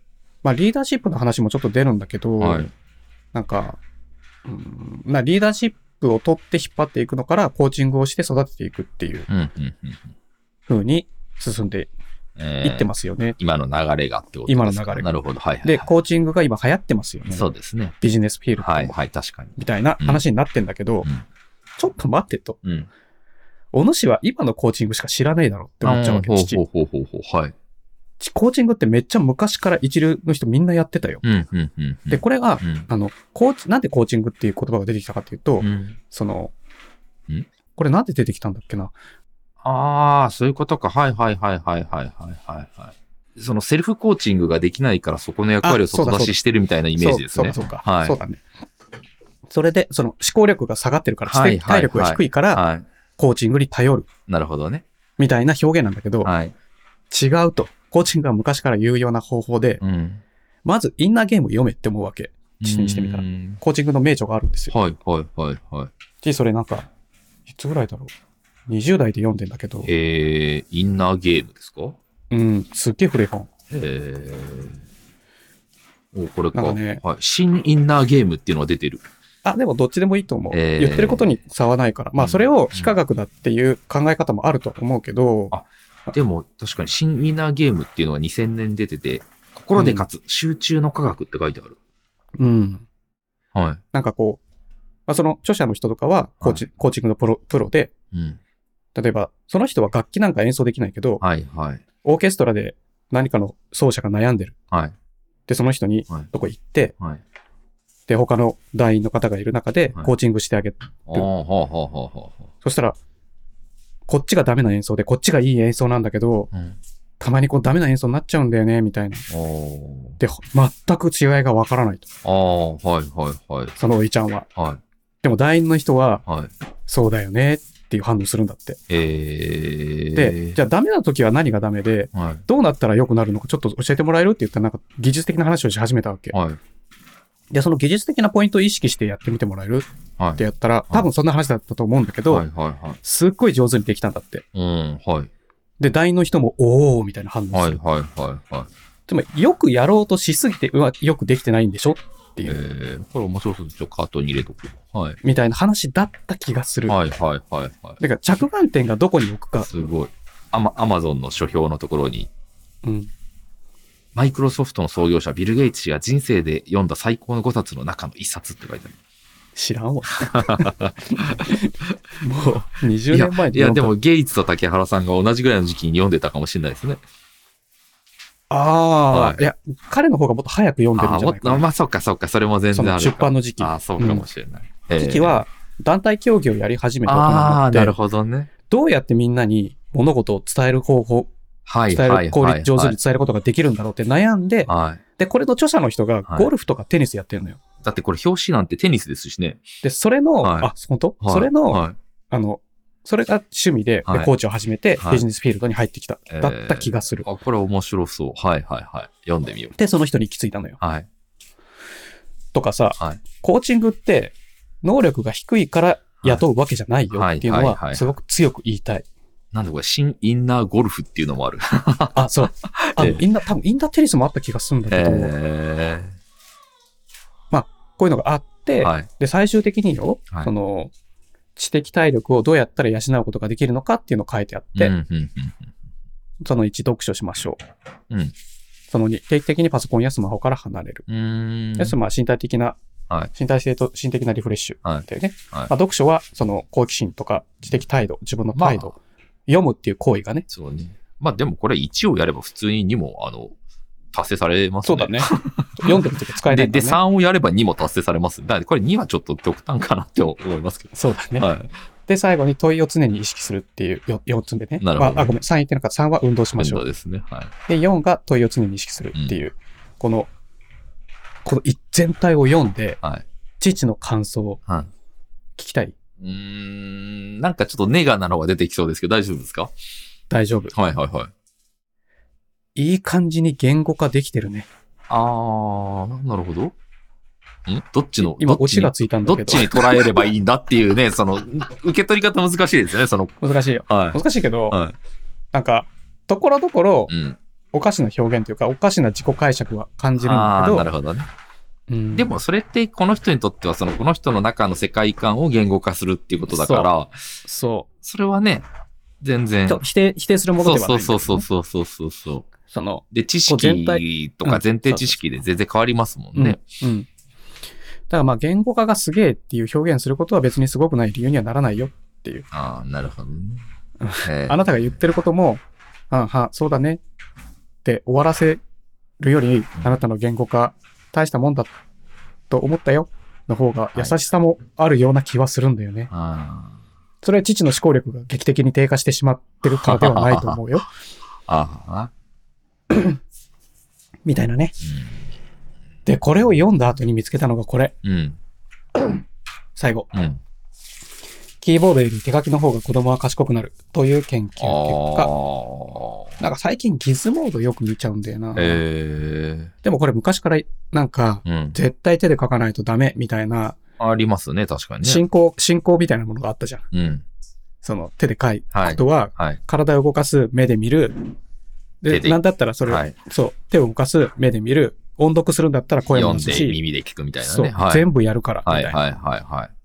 まあリーダーシップの話もちょっと出るんだけど、 はい。 なんか、うん、まあリーダーシップを取って引っ張っていくのからコーチングをして育てていくっていううん、うん、うん。 風に進んでえーいってますよね。 今の流れがってことですか？ 今の流れがなるほど。はい、はい。 で、コーチングが今流行ってますよね。 そうですね。 ビジネスフィールドはい、はい、確かに。 みたいな話になってんだけど、 うん、 ちょっと待ってと。 うん。 お主は今のコーチングしか知らねえだろって思っちゃうわけ、 ほう父。 ほうほうほうほう。はい。 コーチングってめっちゃ昔から一流の人みんなやってたよ。 うん、うん、うん。 で、これが、 うん、 あの、コーチ、なんでコーチングっていう言葉が出てきたかっていうと、 うん、 そのん、 これなんで出てきたんだっけな。 ああ、そういうことか。はいはいはいはいはいはいはいはい。そのセルフコーチングができないからそこの役割を外出ししてるみたいなイメージですね。 そうかそうか。 はい。 そうだね。それで、その思考力が下がってるから、知的体力が低いから、 はい。 コーチングに頼る。 なるほどね。 みたいな表現なんだけど、 はい。 違うと。コーチングは昔から有用な方法で、 うん、 まずインナーゲーム読めって思うわけ。父にしてみたら。コーチングの名著があるんですよ。 はいはいはいはい。 父それなんか、いつぐらいだろう。にじゅう代で読んでんだけど。 えー、インナーゲームですか？ うん、すっげえ古い本。 えー。お、これか。 なんかね、 はい。新インナーゲームっていうのが出てる。 あ、でもどっちでもいいと思う。 えー、 言ってることに差はないから。まあそれを非科学だっていう考え方もあると思うけど。 あ、でも確かに新インナーゲームっていうのがにせんねん出てて、心で勝つ、うん、集中の科学って書いてある。 うん。 はい。 なんかこう、まあ、その著者の人とかはコーチ、はい、コーチングのプロ、プロで、 うん、 例えばその人は楽器なんか演奏できないけど、 はいはい。 オーケストラで何かの奏者が悩んでる。 はい。 で、その人にどこ行って、 はい。 で、他の団員の方がいる中でコーチングしてあげる。 はい、はあはあはあはあ、 そしたら、こっちがダメな演奏で、こっちがいい演奏なんだけど、うん、たまにこうダメな演奏になっちゃうんだよね、みたいな。で、全く違いがわからないと。 ああ、はいはいはい。 そのおいちゃんは。 はい。 でも団員の人は、 はい、 そうだよねっていう反応するんだって。 えー、 で、じゃあダメな時は何がダメで、はい、どうなったら良くなるのかちょっと教えてもらえるって言ったらなんか技術的な話をし始めたわけ。 はい。 で、その技術的なポイントを意識してやってみてもらえるってやったら、はい、多分そんな話だったと思うんだけど、 はいはいはい、 すっごい上手にできたんだって。 うん、はい。 で、団員の人も、おーみたいな反応する。 はいはいはいはい。 つまり、よくやろうとしすぎて、うわ、よくできてないんでしょっていう。 えー、これ面白そうです。ちょっとカートに入れとく。はい。 みたいな話だった気がする。 はいはいはいはい。 だから着眼点がどこに置くか。 すごい。アマ、アマゾンの書評のところに。 うん。 マイクロソフトの創業者ビル・ゲイツ氏が人生で読んだ最高のごさつの中の一冊って書いてある。 知らんわ。もうにじゅうねんまえにいや、いやでもゲイツと竹原さんが同じぐらいの時期に読んでたかもしれないですね。 ああ、はい、いや、彼の方がもっと早く読んでるんじゃないかな。 あ、まあ、そっかそっか、それも全然あるか。 出版の時期。 ああ、そうかもしれない。 うん、時期は団体競技をやり始めたことになって、 ああ、なるほどね。 どうやってみんなに物事を伝える方法、 はい、 伝える効率、上手に伝えることができるんだろうって悩んで、 はい、 で、これの著者の人がゴルフとかテニスやってるのよ。 だってこれ表紙なんてテニスですしね。 で、それの、 はい、 あ、本当、はい、それの、はい、あの、それが趣味で、はい、でコーチを始めて、ビジネスフィールドに入ってきた、はい、だった気がする、 えー。あ、これ面白そう。はいはいはい。読んでみよう。 で、その人に行き着いたのよ。 はい。 とかさ、 はい、 コーチングって能力が低いから雇うわけじゃないよっていうのは、すごく強く言いたい。 なんでこれ、新インナーゴルフっていうのもある。 あ、そう。あの、インナー、多分インナーテニスもあった気がするんだけど、 えー、 まあ、こういうのがあって、はい、で、最終的によ、はい、その、知的体力をどうやったら養うことができるのかっていうのを書いてあって、 うんうんうんうん、 そのいち、読書しましょう。うん、 そのに、定期的にパソコンやスマホから離れる。 うーんで、そのまあ身体的な、 はい、 身体性と心的なリフレッシュだよね。 はいはい、 まあ、読書はその好奇心とか知的態度、自分の態度、まあ、読むっていう行為がね。 そうね。まあでもこれいちをやれば普通ににも、あの、達成されますね。 そうだね。読んでるとき使えないからね。 で、で、さんをやればにも達成されます。だからこれにはちょっと極端かなって思いますけど。 そうだね。 はい。 で、最後に問いを常に意識するっていうよよっつめね。 なるほど。 あ、ごめん、さん言ってなかった。さんは運動しましょう。 運動ですね。はい。 で、よんが問いを常に意識するっていう、うん、この、この全体を読んで、 はい、 父の感想を聞きたい。 うーん、なんかちょっとネガなのが出てきそうですけど、大丈夫ですか？ 大丈夫。 はいはいはい。 いい感じに言語化できてるね。 あー、なるほど。んどっちの、 今、オチがついたんだけど。 どっちに捉えればいいんだっていうね、その、受け取り方難しいですよね、その。 難しいよ。 はい、 難しいけど、 はい、 なんか、ところどころ、 うん、 おかしな表現というか、おかしな自己解釈は感じるんだけど。 ああ、なるほどね。 うん、 でもそれってこの人にとってはそのこの人の中の世界観を言語化するっていうことだから、 そう。そう。 それはね、全然。 否定、否定するものではない、ね。 そうそうそうそうそうそう。 その、 で、知識とか前提知識で全然変わりますもんね。 うん。うん、だからまあ言語化がすげえっていう表現することは別にすごくない理由にはならないよっていう。 ああ、なるほどね。 あなたが言ってることも、あは、そうだねって終わらせるより、あなたの言語化大したもんだと思ったよの方が優しさもあるような気はするんだよね。 はい、 それは父の思考力が劇的に低下してしまってるからではないと思うよ。 ああみたいなね、 うん。 で、これを読んだ後に見つけたのがこれ。 うん、 最後、 うん。 キーボードより手書きの方が子供は賢くなるという研究結果。なんか最近ギズモードよく見ちゃうんだよな。 えー、 でもこれ昔からなんか、 うん、 絶対手で書かないとダメみたいな。 ありますね、確かにね。 進行、進行みたいなものがあったじゃん。 うん。 その手で書くことは、 はいはい、 体を動かす、目で見る。で、なんだったらそれ、はい、そう、手を動かす、目で見る。音読するんだったら声も出すし。 読んで耳で聞くみたいなね。 そう、はい、全部やるから、みたいな。 はいはいはいはい。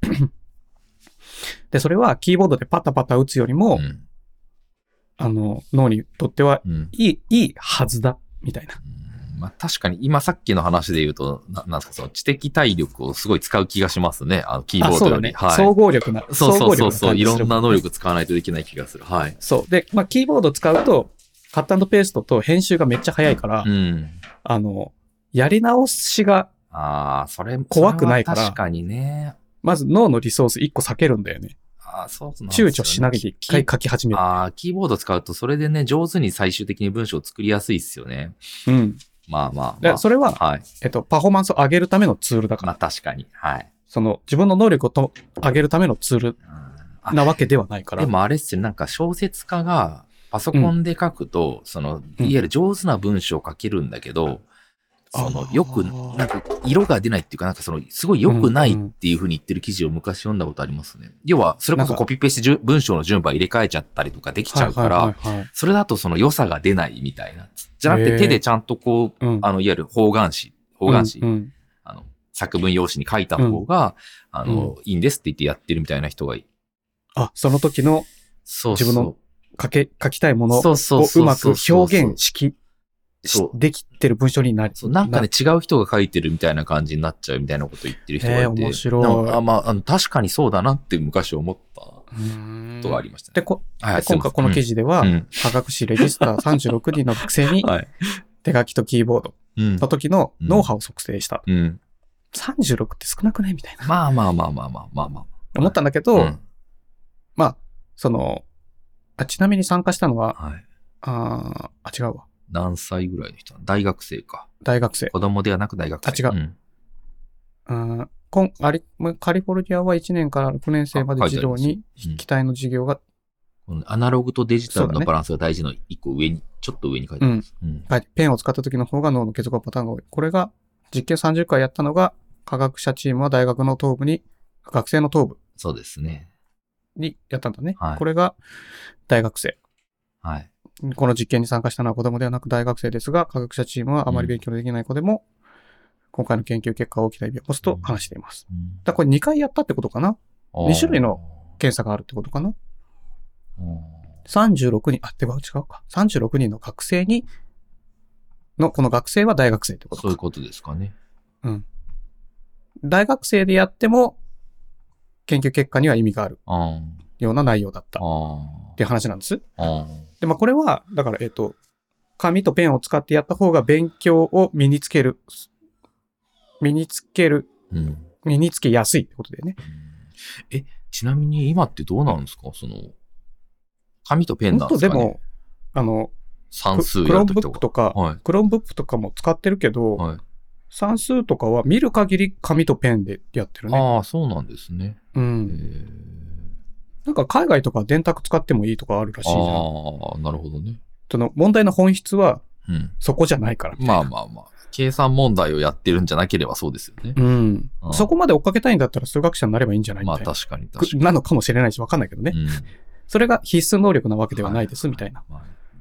で、それはキーボードでパタパタ打つよりも、うん、あの、脳にとってはいい、うん、いいはずだ、みたいな。 うん、まあ確かに今さっきの話で言うと、ななんですか、その知的体力をすごい使う気がしますね。あの、キーボードより。 ね、はい。総合力な。 そうそうそうそう。いろんな能力使わないとできない気がする。はい。 そう。で、まあキーボード使うと、カット&ペーストと編集がめっちゃ早いから、うん、あの、やり直しが、 ああ、それ、 怖くないから。 確かにね。 まず脳のリソースいっこ避けるんだよね。 ああ、そうなんですよね。 躊躇しなきゃ一回書き始める。 ああ、キーボード使うとそれでね、上手に最終的に文章を作りやすいっすよね。 うん。 まあまあ、 まあ。それは、 はい、 えっと、パフォーマンスを上げるためのツールだから。 まあ確かに。はい。 その、自分の能力をと上げるためのツールなわけではないから。 でもあれっすよ、なんか小説家がパソコンで書くと、うん、その、いわゆる上手な文章を書けるんだけど、うん、その、よく、なんか、色が出ないっていうか、なんかその、すごい良くないっていう風に言ってる記事を昔読んだことありますね。要は、それこそコピペして文章の順番入れ替えちゃったりとかできちゃうから、それだとその良さが出ないみたいな。じゃなくて手でちゃんとこう、あの、いわゆる方眼紙、方眼紙、うんうん、あの、作文用紙に書いた方が、うん、あの、いいんですって言ってやってるみたいな人がいい。 あ、その時の、 そうそう、 自分の書け、書きたいものをうまく表現しき、そうできてる文章になる。 そう、なんかね、違う人が書いてるみたいな感じになっちゃうみたいなこと言ってる人がいて。 えー、面白い。 あ、まあ、あの、確かにそうだなって昔思ったことがありましたね。 で、こはい、今回この記事では、うん、科学史レジスターさんじゅうろくにんの学生に、手書きとキーボードの時のノウハウを測定した。うんうん、さんじゅうろくって少なくないみたいな。 まあまあまあまあまあまあまあ。 思ったんだけど、うん、まあ、そのあ、ちなみに参加したのは、はい、ああ、違うわ。 何歳ぐらいの人？大学生か。 大学生。 子供ではなく大学生。 あ、違う。うん、あこんありカリフォルニアはいちねんからろくねん生まで児童に機体の授業が、 うん、アナログとデジタルのバランスが大事のいっこ上に、ね、ちょっと上に書いてます、うんうん。 はい。ペンを使った時の方が脳の結合パターンが多い。これが実験さんじゅっかいやったのが、科学者チームは大学の頭部に、学生の頭部。 そうですね。 にやったんだね。 はい、 これが大学生。 はい。 この実験に参加したのは子供ではなく大学生ですが、科学者チームはあまり勉強できない子でも、うん、今回の研究結果は大きな意味を持つと話しています。うん、だからこれにかいやったってことかな？ に 種類の検査があるってことかな？さんじゅうろくにん、あ、では違うか。さんじゅうろくにんの学生に、の、この学生は大学生ってことか。 そういうことですかね。 うん。大学生でやっても、研究結果には意味があるような内容だったっていう話なんです。で、まあこれは、だから、えっと、紙とペンを使ってやった方が勉強を身につける、身につける、うん、身につけやすいってことだよね。 うん、え、ちなみに今ってどうなんですか？その、紙とペンなんですかね？ でも、あの、 算数やるときとか。クロームブックとか、 はい、 クロームブックとかも使ってるけど、はい、算数とかは見る限り紙とペンでやってるね。 ああ、そうなんですね。 うん。なんか海外とか電卓使ってもいいとかあるらしいじゃん。ああ、なるほどね。 その問題の本質は、そこじゃないからみたいな、 うん。まあまあまあ。計算問題をやってるんじゃなければそうですよね。 うん。うん、そこまで追っかけたいんだったら数学者になればいいんじゃないみたいな。 まあ確かに確かに。 なのかもしれないしわかんないけどね。うん、それが必須能力なわけではないですみたいな。 まあまあ、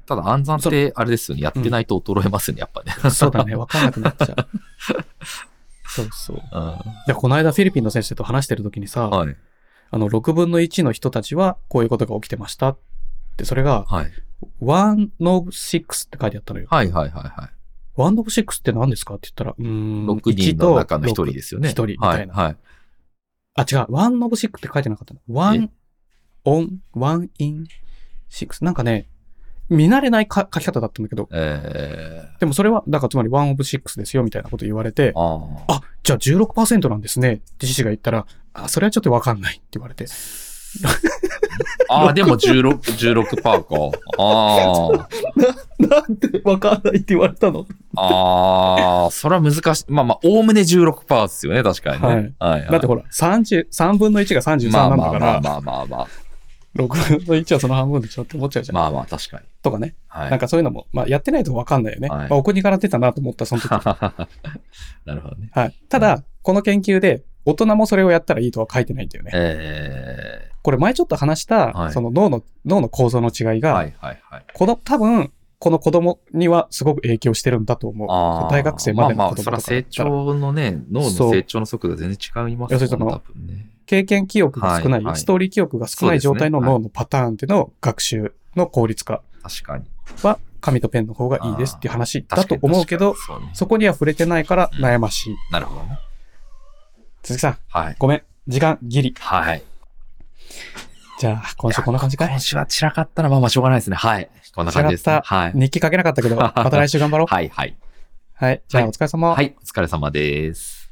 ただ暗算ってあれですよね。やってないと衰えますね、やっぱね。 そうだね。わかんなくなっちゃう。そうそう。 うんで、この間フィリピンの先生と話してる時にさ、 はい。 あの、ろくぶんのいちの人たちはこういうことが起きてましたって、それが、 はい。 one of six って書いてあったのよ。 はいはいはいはい。 one of six って何ですかって言ったら、うーん。 ろくにんの中のひとりですよね。 ひとりみたいな。 はい。はい、 あ、違う。one of six って書いてなかったの。one on, one in six。なんかね、見慣れないか書き方だったんだけど。 えー、 でもそれは、だからつまり one of six ですよみたいなこと言われて、 ああ、じゃあ じゅうろくパーセント なんですねって父が言ったら、あ、それはちょっとわかんないって言われて。 ああ、でもじゅうろく、じゅうろくパーセントか。ああ。 な、なんでわかんないって言われたの？ ああ、それは難しい。まあまあ、おおむね じゅうろくパーセント ですよね、確かにね。はい。はいはい、 だってほら、さんじゅう、さんぶんのいちがさんじゅうさんなんだから、 まあまあまあまあまあ、まあ。 ろくぶんのいちはその半分でしょって思っちゃうじゃん。 まあまあ、確かに。 とかね。 はい。 なんかそういうのも、まあやってないとわかんないよね。 はい、 まあお国から出たなと思った、その時。 なるほどね。 はい。ただ、この研究で、大人もそれをやったらいいとは書いてないんだよね。 えー、 これ前ちょっと話した、 はい、 その脳の、脳の構造の違いが、 はいはいはい。 この、多分、この子供にはすごく影響してるんだと思う。大学生までの子供とかだったら。 まあまあ、それは成長のね、脳の成長の速度が全然違いますもんね、多分ね。 経験記憶が少ない、はいはい、ストーリー記憶が少ない状態の脳のパターンでの学習の効率化は紙とペンの方がいいですっていう話だと思うけど、そ, ね、そこには触れてないから悩ましい。 うん、なるほどね。 鈴木さん、 はい、 ごめん、時間ギリ。 はい。 じゃあ、今週こんな感じかい？ 今週は散らかったらまあまあしょうがないですね。はい。こんな感じです、ね。はい。 日記書けなかったけど、また来週頑張ろう。 はいはい。 はい。じゃあ、お疲れ様。 はい、お疲れ様です。